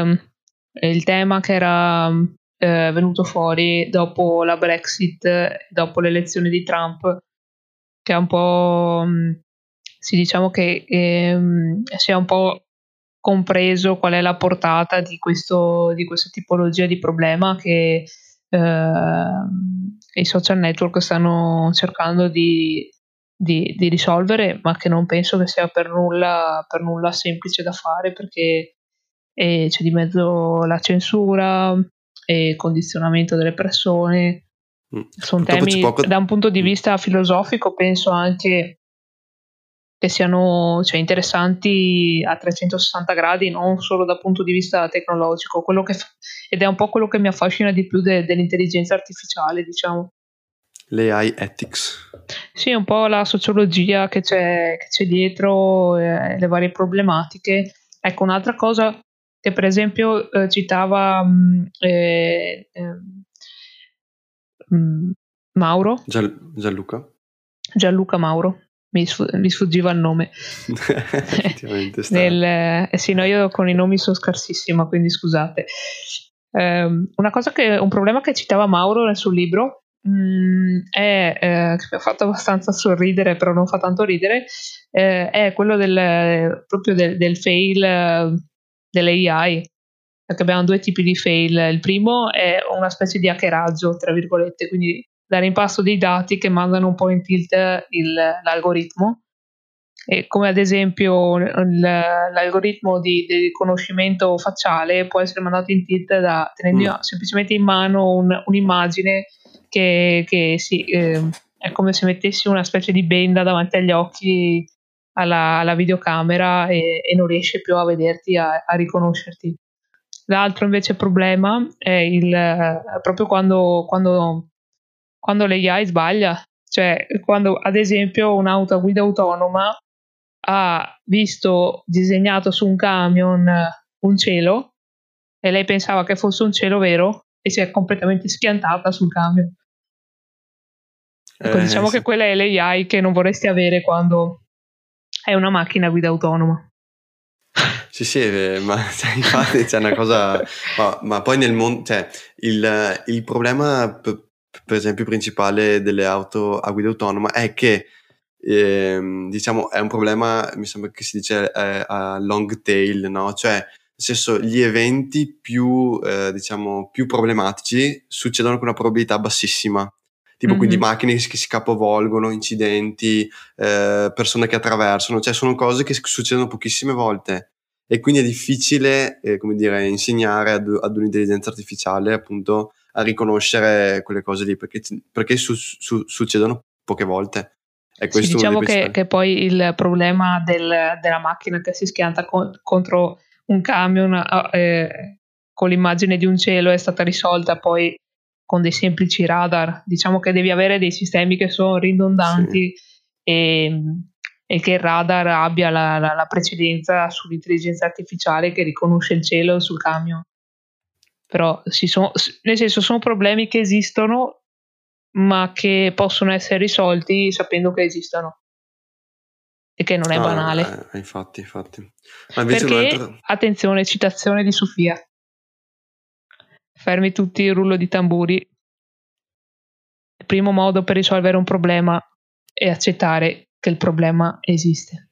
il tema che era venuto fuori dopo la Brexit, dopo l'elezione di Trump, che è un po', sì, diciamo che si è un po' compreso qual è la portata di questa tipologia di problema che i social network stanno cercando di di risolvere, ma che non penso che sia per nulla semplice da fare, perché c'è di mezzo la censura e il condizionamento delle persone. Sono Purtroppo c'è temi, poco. da un punto di vista filosofico, penso anche che siano, cioè, interessanti a 360 gradi, non solo dal punto di vista tecnologico, ed è un po' quello che mi affascina di più dell'intelligenza artificiale, diciamo. L'AI ethics. Sì, un po' la sociologia che c'è dietro, le varie problematiche. Ecco, un'altra cosa che per esempio citava Mauro, Gianluca Mauro, mi sfuggiva il nome. Effettivamente Sì, no, io con i nomi sono scarsissima, quindi scusate. Un problema che citava Mauro nel suo libro che mi ha fatto abbastanza sorridere, però non fa tanto ridere, è quello proprio del fail dell'AI, perché abbiamo due tipi di fail. Il primo è una specie di hackeraggio, tra virgolette, quindi dare in pasto dei dati che mandano un po' in tilt l'algoritmo, e come ad esempio l'algoritmo di riconoscimento facciale può essere mandato in tilt tenendo semplicemente in mano un'immagine che è come se mettessi una specie di benda davanti agli occhi alla videocamera e non riesce più a vederti, a riconoscerti. L'altro invece problema è proprio quando l'AI sbaglia, cioè quando ad esempio un'auto a guida autonoma ha visto disegnato su un camion un cielo e lei pensava che fosse un cielo vero e si è completamente schiantata sul camion. Ecco, diciamo sì. che quella è l'AI che non vorresti avere quando è una macchina a guida autonoma. Sì, ma infatti c'è una cosa, ma poi nel mondo, cioè il problema per esempio principale delle auto a guida autonoma è che diciamo è un problema, mi sembra che si dice a long tail, no? Cioè nel senso gli eventi più diciamo più problematici succedono con una probabilità bassissima. Tipo quindi macchine che si capovolgono, incidenti, persone che attraversano, cioè sono cose che succedono pochissime volte. E quindi è difficile, come dire, insegnare ad un'intelligenza artificiale appunto a riconoscere quelle cose lì, perché succedono poche volte. È questo sì, diciamo uno dei che poi il problema della macchina che si schianta contro un camion con l'immagine di un cielo è stata risolta poi con dei semplici radar. Diciamo che devi avere dei sistemi che sono ridondanti, sì, e che il radar abbia la precedenza sull'intelligenza artificiale che riconosce il cielo sul camion. Però nel senso, sono problemi che esistono, ma che possono essere risolti sapendo che esistono e che non è banale. Infatti. Ma invece perché, attenzione, citazione di Sofia: fermi tutti, il rullo di tamburi. Il primo modo per risolvere un problema è accettare che il problema esiste.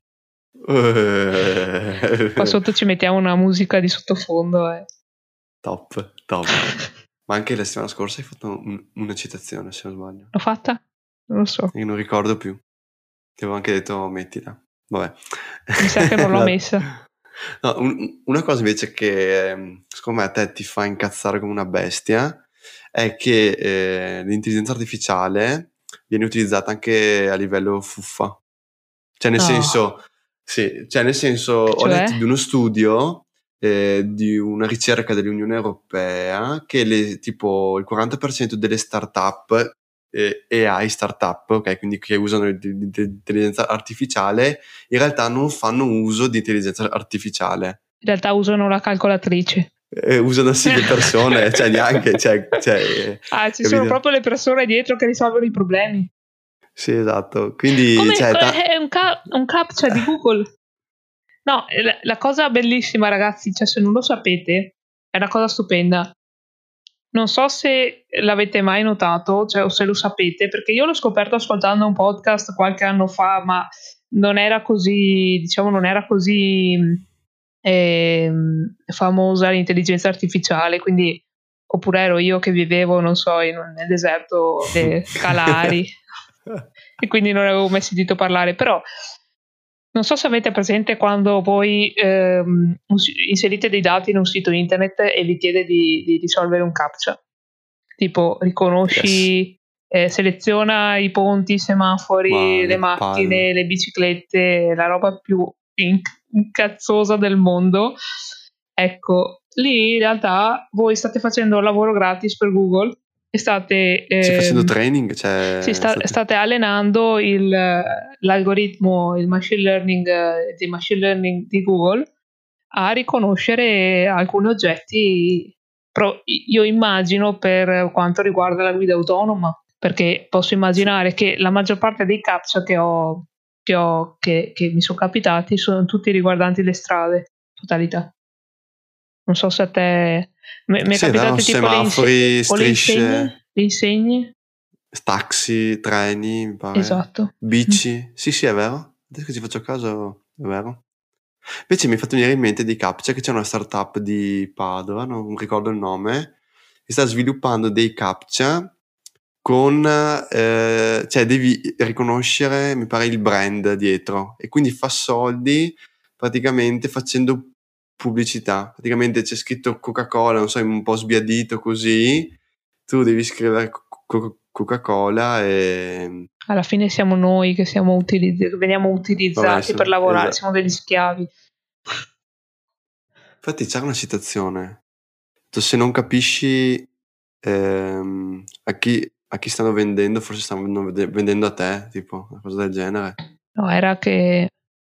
Qua sotto ci mettiamo una musica di sottofondo. Top. Ma anche la settimana scorsa hai fatto una citazione, se non sbaglio. L'ho fatta? Non lo so. Io non ricordo più. Ti avevo anche detto mettila. Vabbè. Mi sa che non l'ho messa. No, una cosa invece che secondo me a te ti fa incazzare come una bestia è che l'intelligenza artificiale viene utilizzata anche a livello fuffa. Cioè nel senso, sì, cioè nel senso, ho letto di uno studio di una ricerca dell'Unione Europea che tipo il 40% delle startup AI startup, ok, quindi che usano l'intelligenza artificiale, in realtà non fanno uso di intelligenza artificiale. In realtà usano la calcolatrice. Usano sì le persone, cioè neanche, ci sono proprio le persone dietro che risolvono i problemi. Sì, esatto. Quindi è un captcha di Google. No, la cosa bellissima, ragazzi, cioè se non lo sapete, è una cosa stupenda. Non so se l'avete mai notato, cioè, o se lo sapete, perché io l'ho scoperto ascoltando un podcast qualche anno fa, ma non era così, diciamo, famosa l'intelligenza artificiale, quindi, oppure ero io che vivevo, non so, nel deserto dei Calari. e quindi non avevo mai sentito parlare. Però non so se avete presente quando voi inserite dei dati in un sito internet e vi chiede di risolvere un captcha, tipo Yes. riconosci, seleziona i ponti, i Ma semafori, le che palle. macchine, le biciclette, la roba più incazzosa del mondo. Ecco, lì in realtà voi state facendo un lavoro gratis per Google e state Stai facendo training? Cioè, sì, state allenando l'algoritmo, il machine learning di machine learning di Google a riconoscere alcuni oggetti. Io immagino per quanto riguarda la guida autonoma, perché posso immaginare che la maggior parte dei captcha che mi sono capitati sono tutti riguardanti le strade, totalità. Non so se a te mi è sì, è vero, capitato tipo semafori, o strisce, le insegne? taxi, treni, mi pare, Esatto. bici. Sì, è vero. Adesso che ci faccio caso, è vero. Invece mi è fatto venire in mente di captcha che c'è una startup di Padova, non ricordo il nome, che sta sviluppando dei captcha con, cioè devi riconoscere, mi pare, il brand dietro e quindi fa soldi praticamente facendo pubblicità. Praticamente c'è scritto Coca-Cola, non so, un po' sbiadito così, tu devi scrivere Coca-Cola e... Alla fine siamo noi che veniamo Vabbè, utilizzati per lavorare, siamo degli schiavi. Infatti c'era una citazione. Se non capisci a chi stanno vendendo, forse stanno vendendo a te, tipo, una cosa del genere. No, era che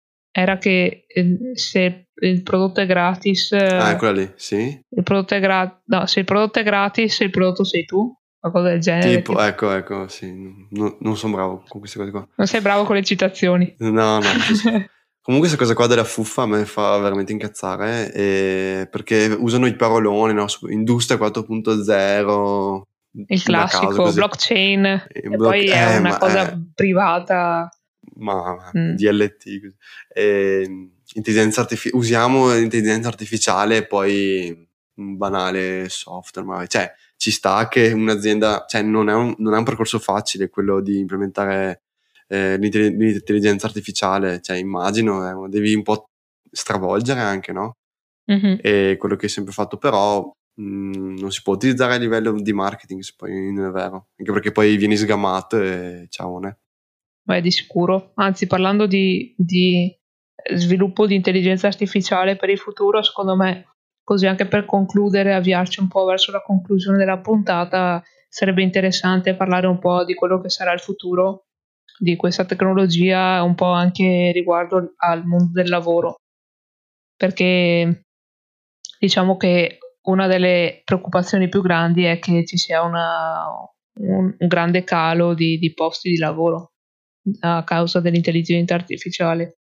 se il prodotto è gratis, Ah, quella lì, sì. no, se il prodotto è gratis, il prodotto sei tu, qualcosa del genere. Tipo, ecco, sì. Non sono bravo con queste cose qua. Non sei bravo con le citazioni. No, sì. Comunque questa cosa qua della fuffa a me fa veramente incazzare, perché usano i paroloni, no? Industria 4.0, Il da caso classico così. blockchain, e poi è una cosa privata. Ma DLT così. Usiamo l'intelligenza artificiale e poi un banale software, ma cioè ci sta che un'azienda, cioè non è un percorso facile quello di implementare l'intelligenza artificiale, cioè immagino devi un po' stravolgere anche, no? Mm-hmm. E quello che hai sempre fatto, però non si può utilizzare a livello di marketing, se poi non è vero, anche perché poi vieni sgamato e ciao, ne? Beh, di sicuro. Anzi, parlando di sviluppo di intelligenza artificiale per il futuro, secondo me, così anche per concludere, avviarci un po' verso la conclusione della puntata, sarebbe interessante parlare un po' di quello che sarà il futuro di questa tecnologia, un po' anche riguardo al mondo del lavoro. Perché diciamo che una delle preoccupazioni più grandi è che ci sia un grande calo di posti di lavoro a causa dell'intelligenza artificiale.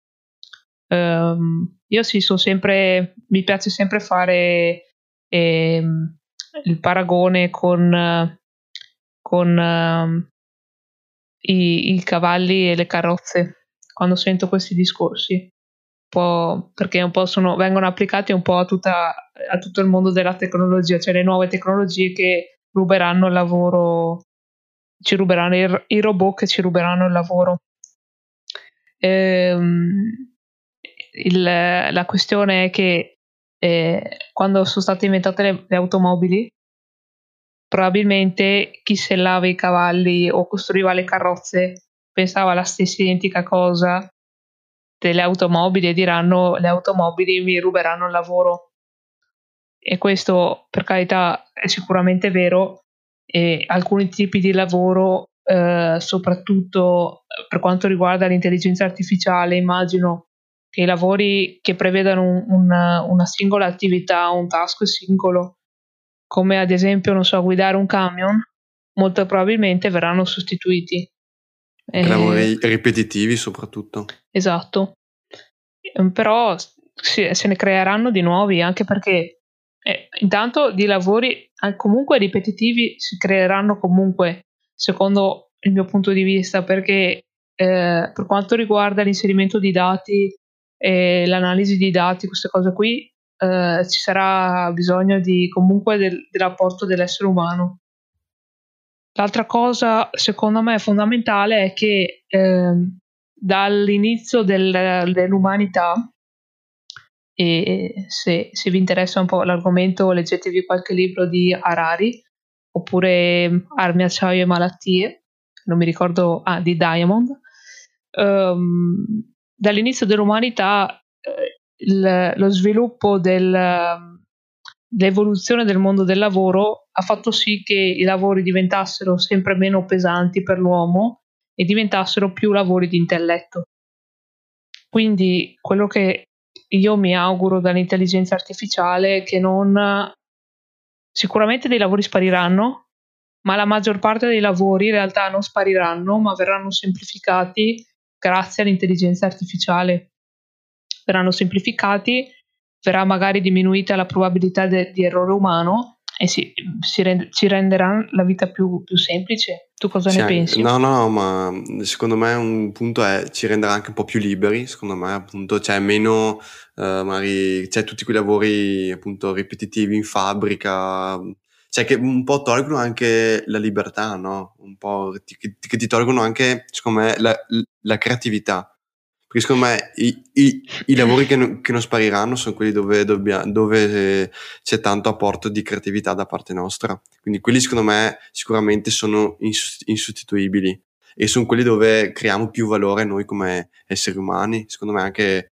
Io mi piace sempre fare il paragone con i cavalli e le carrozze quando sento questi discorsi, perché un po' vengono applicati un po' a tutto il mondo della tecnologia, cioè le nuove tecnologie che ruberanno il lavoro, ci ruberanno i robot che ci ruberanno il lavoro. La questione è che quando sono state inventate le automobili, probabilmente chi sellava i cavalli o costruiva le carrozze pensava la stessa identica cosa delle automobili e diranno le automobili mi ruberanno il lavoro. E questo, per carità, è sicuramente vero, e alcuni tipi di lavoro, soprattutto per quanto riguarda l'intelligenza artificiale, immagino che i lavori che prevedano una singola attività, un task singolo, come ad esempio, non so, guidare un camion, molto probabilmente verranno sostituiti. Anche lavori ripetitivi soprattutto. Esatto. Però se ne creeranno di nuovi, anche perché intanto di lavori comunque ripetitivi si creeranno comunque, secondo il mio punto di vista, perché per quanto riguarda l'inserimento di dati e l'analisi di dati, queste cose qui, ci sarà bisogno comunque dell'apporto dell'essere umano. L'altra cosa, secondo me, fondamentale è che dall'inizio dell'umanità, e se vi interessa un po' l'argomento, leggetevi qualche libro di Harari, oppure Armi, acciaio e malattie, non mi ricordo, di Diamond. Dall'inizio dell'umanità lo sviluppo l'evoluzione del mondo del lavoro ha fatto sì che i lavori diventassero sempre meno pesanti per l'uomo e diventassero più lavori di intelletto. Quindi quello che io mi auguro dall'intelligenza artificiale è che sicuramente dei lavori spariranno, ma la maggior parte dei lavori in realtà non spariranno, ma verranno semplificati grazie all'intelligenza artificiale. Verranno semplificati, verrà magari diminuita la probabilità di errore umano e ci renderà la vita più semplice. Tu cosa ne pensi? No, ma secondo me un punto è ci renderà anche un po' più liberi, secondo me, appunto, cioè meno magari, cioè tutti quei lavori appunto ripetitivi in fabbrica, cioè che un po' tolgono anche la libertà, no? Un po' che ti tolgono anche, secondo me, la creatività. Perché secondo me i lavori che non spariranno sono quelli dove c'è tanto apporto di creatività da parte nostra. Quindi quelli secondo me sicuramente sono insostituibili e sono quelli dove creiamo più valore noi come esseri umani. Secondo me anche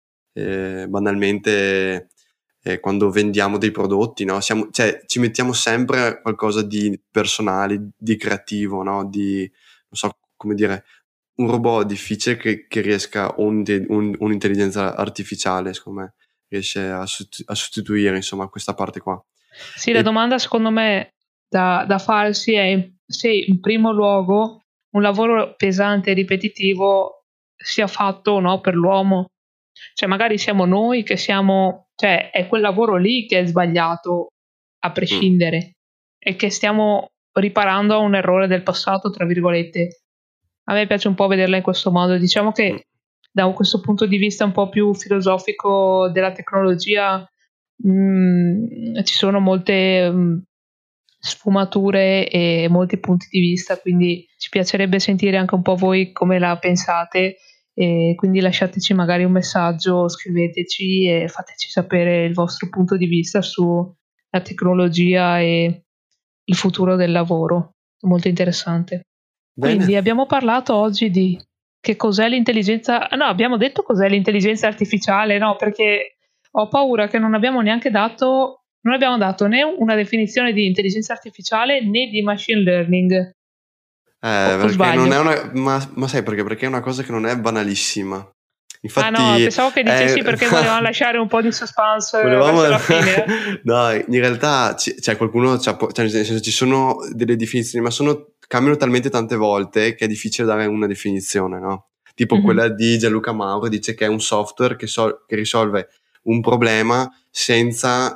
banalmente quando vendiamo dei prodotti, no? Cioè, ci mettiamo sempre qualcosa di personale, di creativo, no? Non so come dire, un robot difficile che riesca, un'intelligenza artificiale, secondo me, riesce a sostituire, insomma, questa parte qua. Sì, la domanda secondo me da farsi è se in primo luogo un lavoro pesante e ripetitivo sia fatto o no per l'uomo. Cioè magari siamo noi che cioè è quel lavoro lì che è sbagliato a prescindere e che stiamo riparando a un errore del passato, tra virgolette. A me piace un po' vederla in questo modo. Diciamo che da questo punto di vista un po' più filosofico della tecnologia ci sono molte sfumature e molti punti di vista, quindi ci piacerebbe sentire anche un po' voi come la pensate, e quindi lasciateci magari un messaggio, scriveteci e fateci sapere il vostro punto di vista sulla tecnologia e il futuro del lavoro. Molto interessante. Bene. Quindi abbiamo parlato oggi di che cos'è l'intelligenza. No, abbiamo detto cos'è l'intelligenza artificiale, no, perché ho paura che non abbiamo dato né una definizione di intelligenza artificiale né di machine learning. O Perché sbaglio? non è ma sai perché? Perché è una cosa che non è banalissima. Ah no, Infatti pensavo che dicessi perché volevamo lasciare un po' di suspense volevamo verso la fine. no, in realtà cioè qualcuno cioè nel senso ci sono delle definizioni, ma cambiano talmente tante volte che è difficile dare una definizione, no? Tipo quella di Gianluca Mauro dice che è un software che risolve un problema senza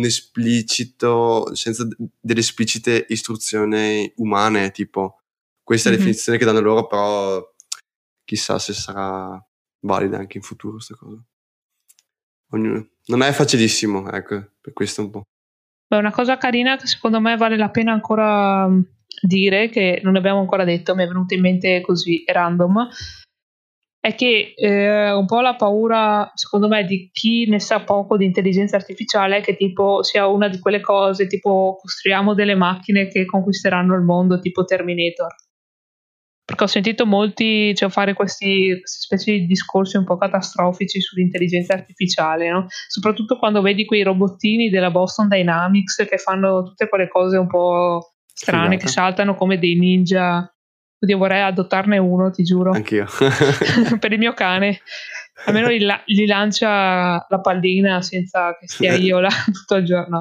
delle esplicite istruzioni umane, tipo. Questa è la definizione che danno loro, però chissà se sarà valida anche in futuro questa cosa. Non è facilissimo, ecco, per questo un po'. Beh, una cosa carina che secondo me vale la pena ancora dire, che non abbiamo ancora detto, mi è venuto in mente così random, è che un po' la paura, secondo me, di chi ne sa poco di intelligenza artificiale è che tipo sia una di quelle cose, tipo costruiamo delle macchine che conquisteranno il mondo, tipo Terminator. Perché ho sentito molti fare queste specie di discorsi un po' catastrofici sull'intelligenza artificiale, no? Soprattutto quando vedi quei robottini della Boston Dynamics che fanno tutte quelle cose un po' strane, che saltano come dei ninja. Oddio, vorrei adottarne uno, ti giuro. Anch'io. Per il mio cane. Almeno gli lancia la pallina senza che stia io là tutto il giorno.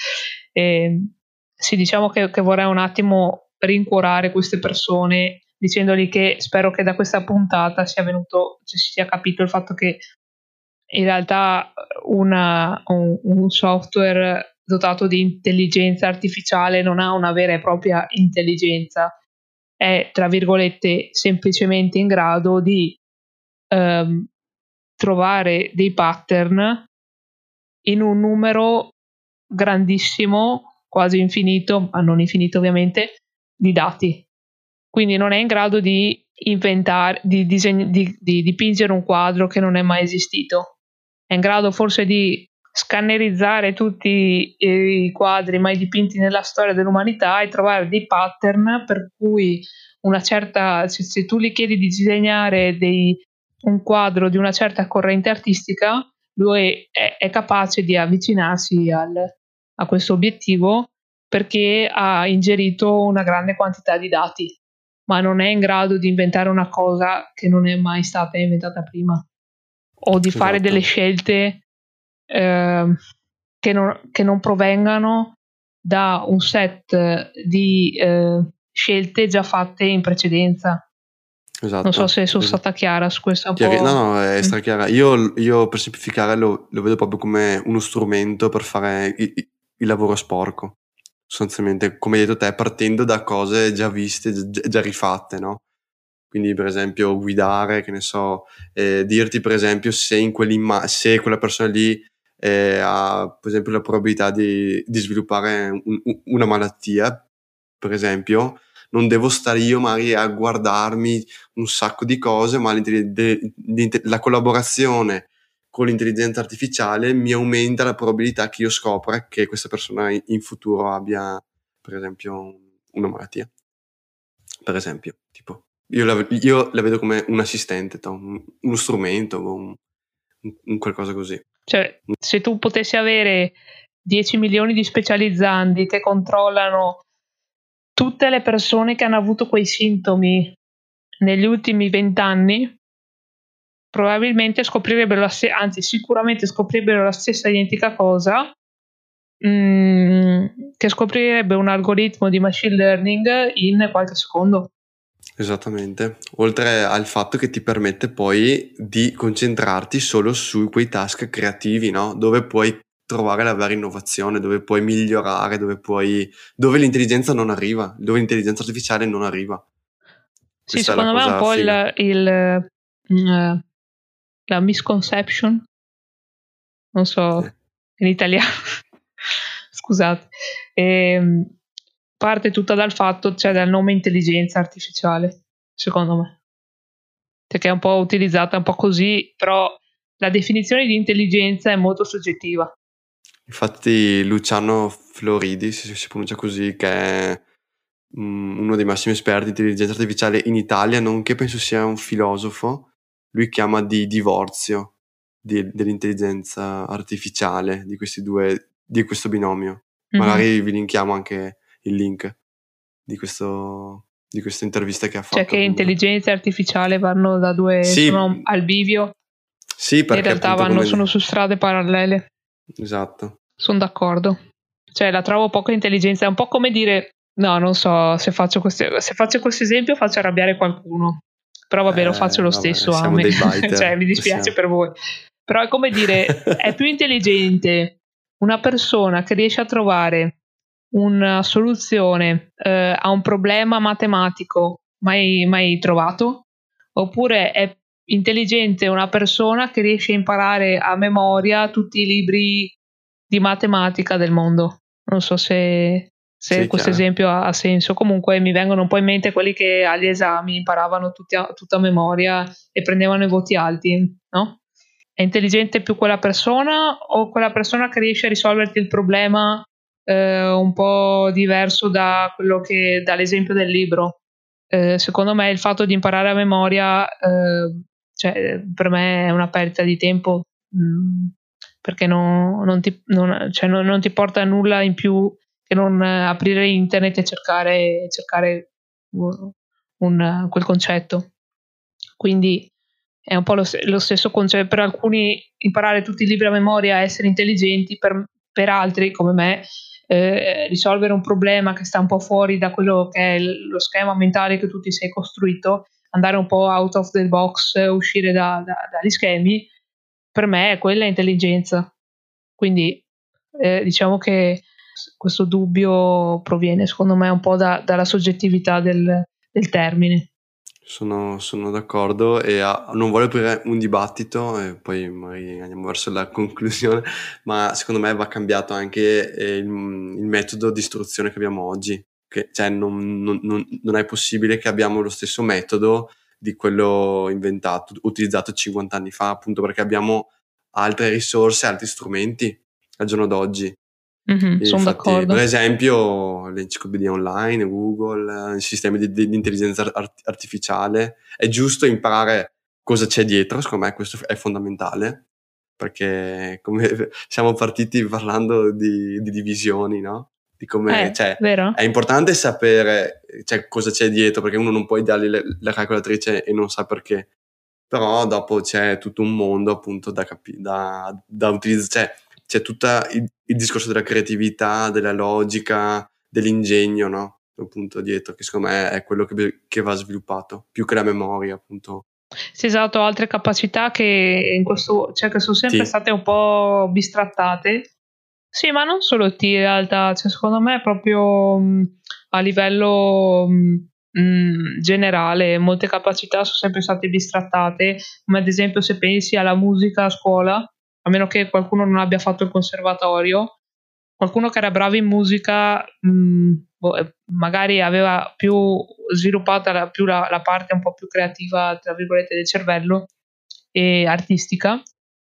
Sì, diciamo che vorrei un attimo rincuorare queste persone dicendogli che spero che da questa puntata sia si sia capito il fatto che in realtà un software dotato di intelligenza artificiale non ha una vera e propria intelligenza, è tra virgolette semplicemente in grado di trovare dei pattern in un numero grandissimo, quasi infinito, ma non infinito ovviamente, di dati, quindi non è in grado di inventare, di dipingere un quadro che non è mai esistito. È in grado forse di scannerizzare tutti i quadri mai dipinti nella storia dell'umanità e trovare dei pattern per cui una certa, se tu gli chiedi di disegnare un quadro di una certa corrente artistica, lui è capace di avvicinarsi a questo obiettivo perché ha ingerito una grande quantità di dati, ma non è in grado di inventare una cosa che non è mai stata inventata prima, o di fare Esatto. delle scelte che non provengano da un set di scelte già fatte in precedenza. Esatto. Non so se sono stata chiara su questa un No, po'. no, è strachiara. Io per semplificare lo vedo proprio come uno strumento per fare il lavoro sporco. Sostanzialmente, come hai detto te, partendo da cose già viste, già rifatte, no? Quindi, per esempio, guidare, che ne so, dirti, per esempio, se quella persona lì ha, per esempio, la probabilità di sviluppare una malattia, per esempio, non devo stare io magari a guardarmi un sacco di cose, ma la collaborazione con l'intelligenza artificiale mi aumenta la probabilità che io scopra che questa persona in futuro abbia, per esempio, una malattia. Per esempio, tipo, io la vedo come un assistente, uno strumento, un qualcosa così. Cioè, se tu potessi avere 10 milioni di specializzandi che controllano tutte le persone che hanno avuto quei sintomi negli ultimi 20 anni, probabilmente scoprirebbero anzi sicuramente scoprirebbero la stessa identica cosa, che scoprirebbe un algoritmo di machine learning in qualche secondo. Esattamente, oltre al fatto che ti permette poi di concentrarti solo su quei task creativi, no? Dove puoi trovare la vera innovazione, dove puoi migliorare, dove l'intelligenza non arriva, dove l'intelligenza artificiale non arriva. Sì, Questa è la secondo me è un cosa po' figa. la misconception, non so in italiano, scusate, parte tutta dal fatto, cioè dal nome intelligenza artificiale, secondo me, perché è un po' utilizzata un po' così, però la definizione di intelligenza è molto soggettiva. Infatti Luciano Floridi, se si pronuncia così, che è uno dei massimi esperti di intelligenza artificiale in Italia, nonché penso sia un filosofo, lui chiama di divorzio dell'intelligenza artificiale, di questo binomio. Magari vi linkiamo anche il link di questa intervista che ha Cioè fatto, che appunto. intelligenza e artificiale vanno da due, sono Sì, al bivio, sì, in perché realtà appunto sono su strade parallele. Esatto. Sono d'accordo. Cioè la trovo poco intelligenza, è un po' come dire, no, non so, se faccio questo esempio faccio arrabbiare qualcuno. Però vabbè, lo faccio lo Vabbè, stesso, siamo amen. dei biter, Cioè, mi dispiace possiamo. per voi. Però è come dire, è più intelligente una persona che riesce a trovare una soluzione a un problema matematico mai trovato, oppure è intelligente una persona che riesce a imparare a memoria tutti i libri di matematica del mondo. Non so se Sì, questo chiaro. esempio ha senso. Comunque mi vengono un po' in mente quelli che agli esami imparavano tutta a memoria e prendevano i voti alti, no? È intelligente più quella persona o quella persona che riesce a risolverti il problema un po' diverso da dall'esempio del libro? Secondo me il fatto di imparare a memoria, cioè, per me è una perdita di tempo, perché cioè, non ti porta a nulla in più che non aprire internet e cercare quel concetto. Quindi è un po' lo stesso concetto. Per alcuni imparare tutti i libri a memoria e essere intelligenti, per altri come me risolvere un problema che sta un po' fuori da quello che è lo schema mentale che tu ti sei costruito, andare un po' out of the box, uscire dagli schemi, per me quella è intelligenza. Quindi diciamo che questo dubbio proviene secondo me un po' dalla soggettività del termine. Sono d'accordo e non voglio aprire un dibattito e poi magari andiamo verso la conclusione, ma secondo me va cambiato anche il metodo di istruzione che abbiamo oggi. che, cioè, non è possibile che abbiamo lo stesso metodo di quello utilizzato 50 anni fa, appunto perché abbiamo altre risorse, altri strumenti al giorno d'oggi. Sono Infatti, d'accordo. per esempio, le enciclopedie online, Google, i sistemi di intelligenza artificiale, è giusto imparare cosa c'è dietro, secondo me questo è fondamentale, perché come siamo partiti parlando di divisioni, no? Di come, cioè, vero? è importante sapere, cioè, cosa c'è dietro, perché uno non può dargli la calcolatrice e non sa perché, però dopo c'è tutto un mondo appunto da utilizzare, cioè c'è tutto il discorso della creatività, della logica, dell'ingegno, no? Appunto dietro, che secondo me è quello che va sviluppato, più che la memoria, appunto. Sì, esatto, altre capacità che in questo, cioè, che sono sempre state un po' bistrattate. Sì, ma non solo in realtà, cioè, secondo me proprio a livello generale molte capacità sono sempre state bistrattate, come ad esempio se pensi alla musica a scuola, a meno che qualcuno non abbia fatto il conservatorio, qualcuno che era bravo in musica magari aveva più sviluppata la parte un po' più creativa, tra virgolette, del cervello e artistica,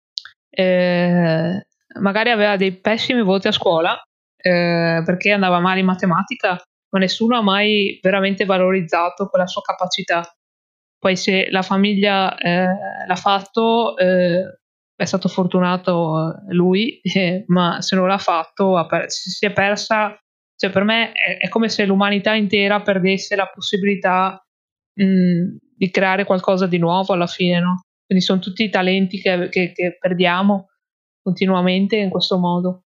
magari aveva dei pessimi voti a scuola perché andava male in matematica, ma nessuno ha mai veramente valorizzato quella sua capacità. Poi se la famiglia l'ha fatto, è stato fortunato lui, ma se non l'ha fatto si è persa. Cioè, per me è come se l'umanità intera perdesse la possibilità di creare qualcosa di nuovo alla fine, no? Quindi sono tutti i talenti che perdiamo continuamente in questo modo.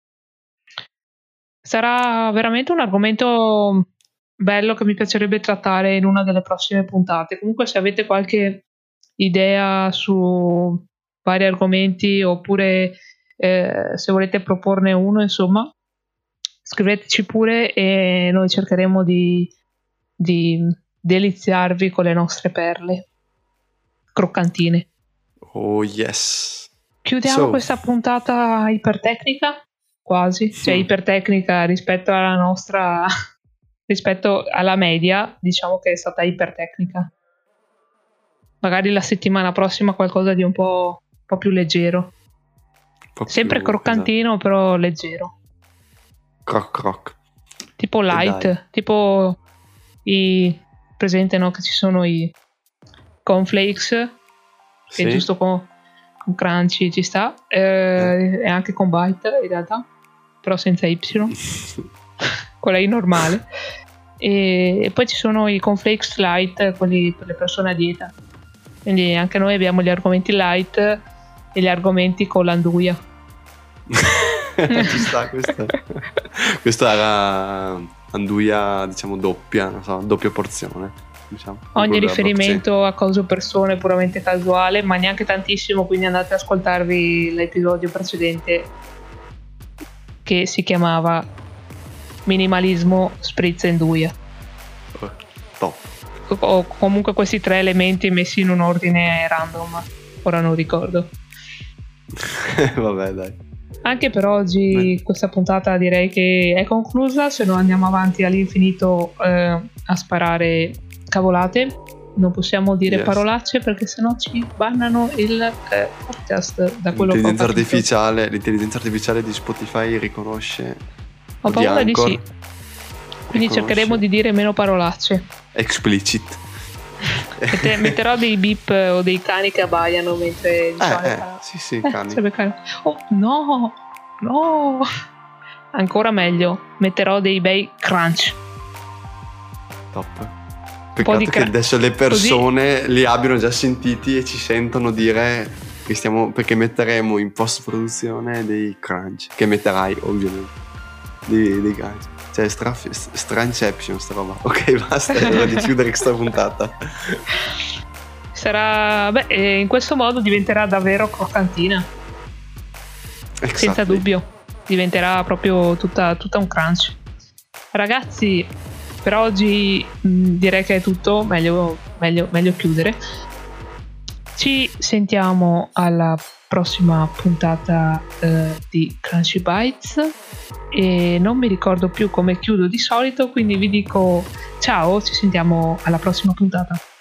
Sarà veramente un argomento bello che mi piacerebbe trattare in una delle prossime puntate. Comunque, se avete qualche idea su vari argomenti oppure se volete proporne uno, insomma, scriveteci pure e noi cercheremo di deliziarvi con le nostre perle croccantine. Oh yes. Chiudiamo questa puntata ipertecnica, quasi, cioè ipertecnica rispetto alla nostra, rispetto alla media, diciamo che è stata ipertecnica. Magari la settimana prossima qualcosa di un po' più leggero. Sempre croccantino, esatto. Però leggero. Croc. Tipo light, tipo presente, no, che ci sono i cornflakes, che è giusto con crunchy ci sta, e anche con bite in realtà, però senza Y, quella è normale. E poi ci sono i cornflakes light, quelli per le persone a dieta. Quindi anche noi abbiamo gli argomenti light e gli argomenti con l'anduia. Ci sta questo. Questa era anduia, diciamo, doppia, non so, doppia porzione, diciamo. Ogni riferimento a cose o persone puramente casuale, ma neanche tantissimo, quindi andate ad ascoltarvi l'episodio precedente che si chiamava Minimalismo, Spritz e Nduia. Top. O comunque questi 3 elementi messi in un ordine random, ora non ricordo. Vabbè, dai. Anche per oggi questa puntata direi che è conclusa, se no andiamo avanti all'infinito a sparare cavolate. Non possiamo dire parolacce perché sennò ci bannano il podcast da quello che ho capito. L'intelligenza artificiale di Spotify riconosce. Ho paura di sì. Quindi cercheremo di dire meno parolacce. Explicit. Metterò dei beep o dei cani che abbaiano mentre diciamo sì, cani. Oh no, ancora meglio, metterò dei bei crunch. Top. Peccato che adesso le persone li abbiano già sentiti e ci sentono dire che perché metteremo in post produzione dei crunch, che metterai ovviamente dei crunch. Cioè stranception sta roba. Ok, basta, è ora di chiudere questa puntata. Sarà in questo modo diventerà davvero croccantina. Exactly. Senza dubbio diventerà proprio tutta un crunch. Ragazzi, per oggi direi che è tutto, meglio chiudere. Ci Ci sentiamo alla prossima puntata di Crunchy Bites e non mi ricordo più come chiudo di solito, quindi vi dico ciao, ci sentiamo alla prossima puntata.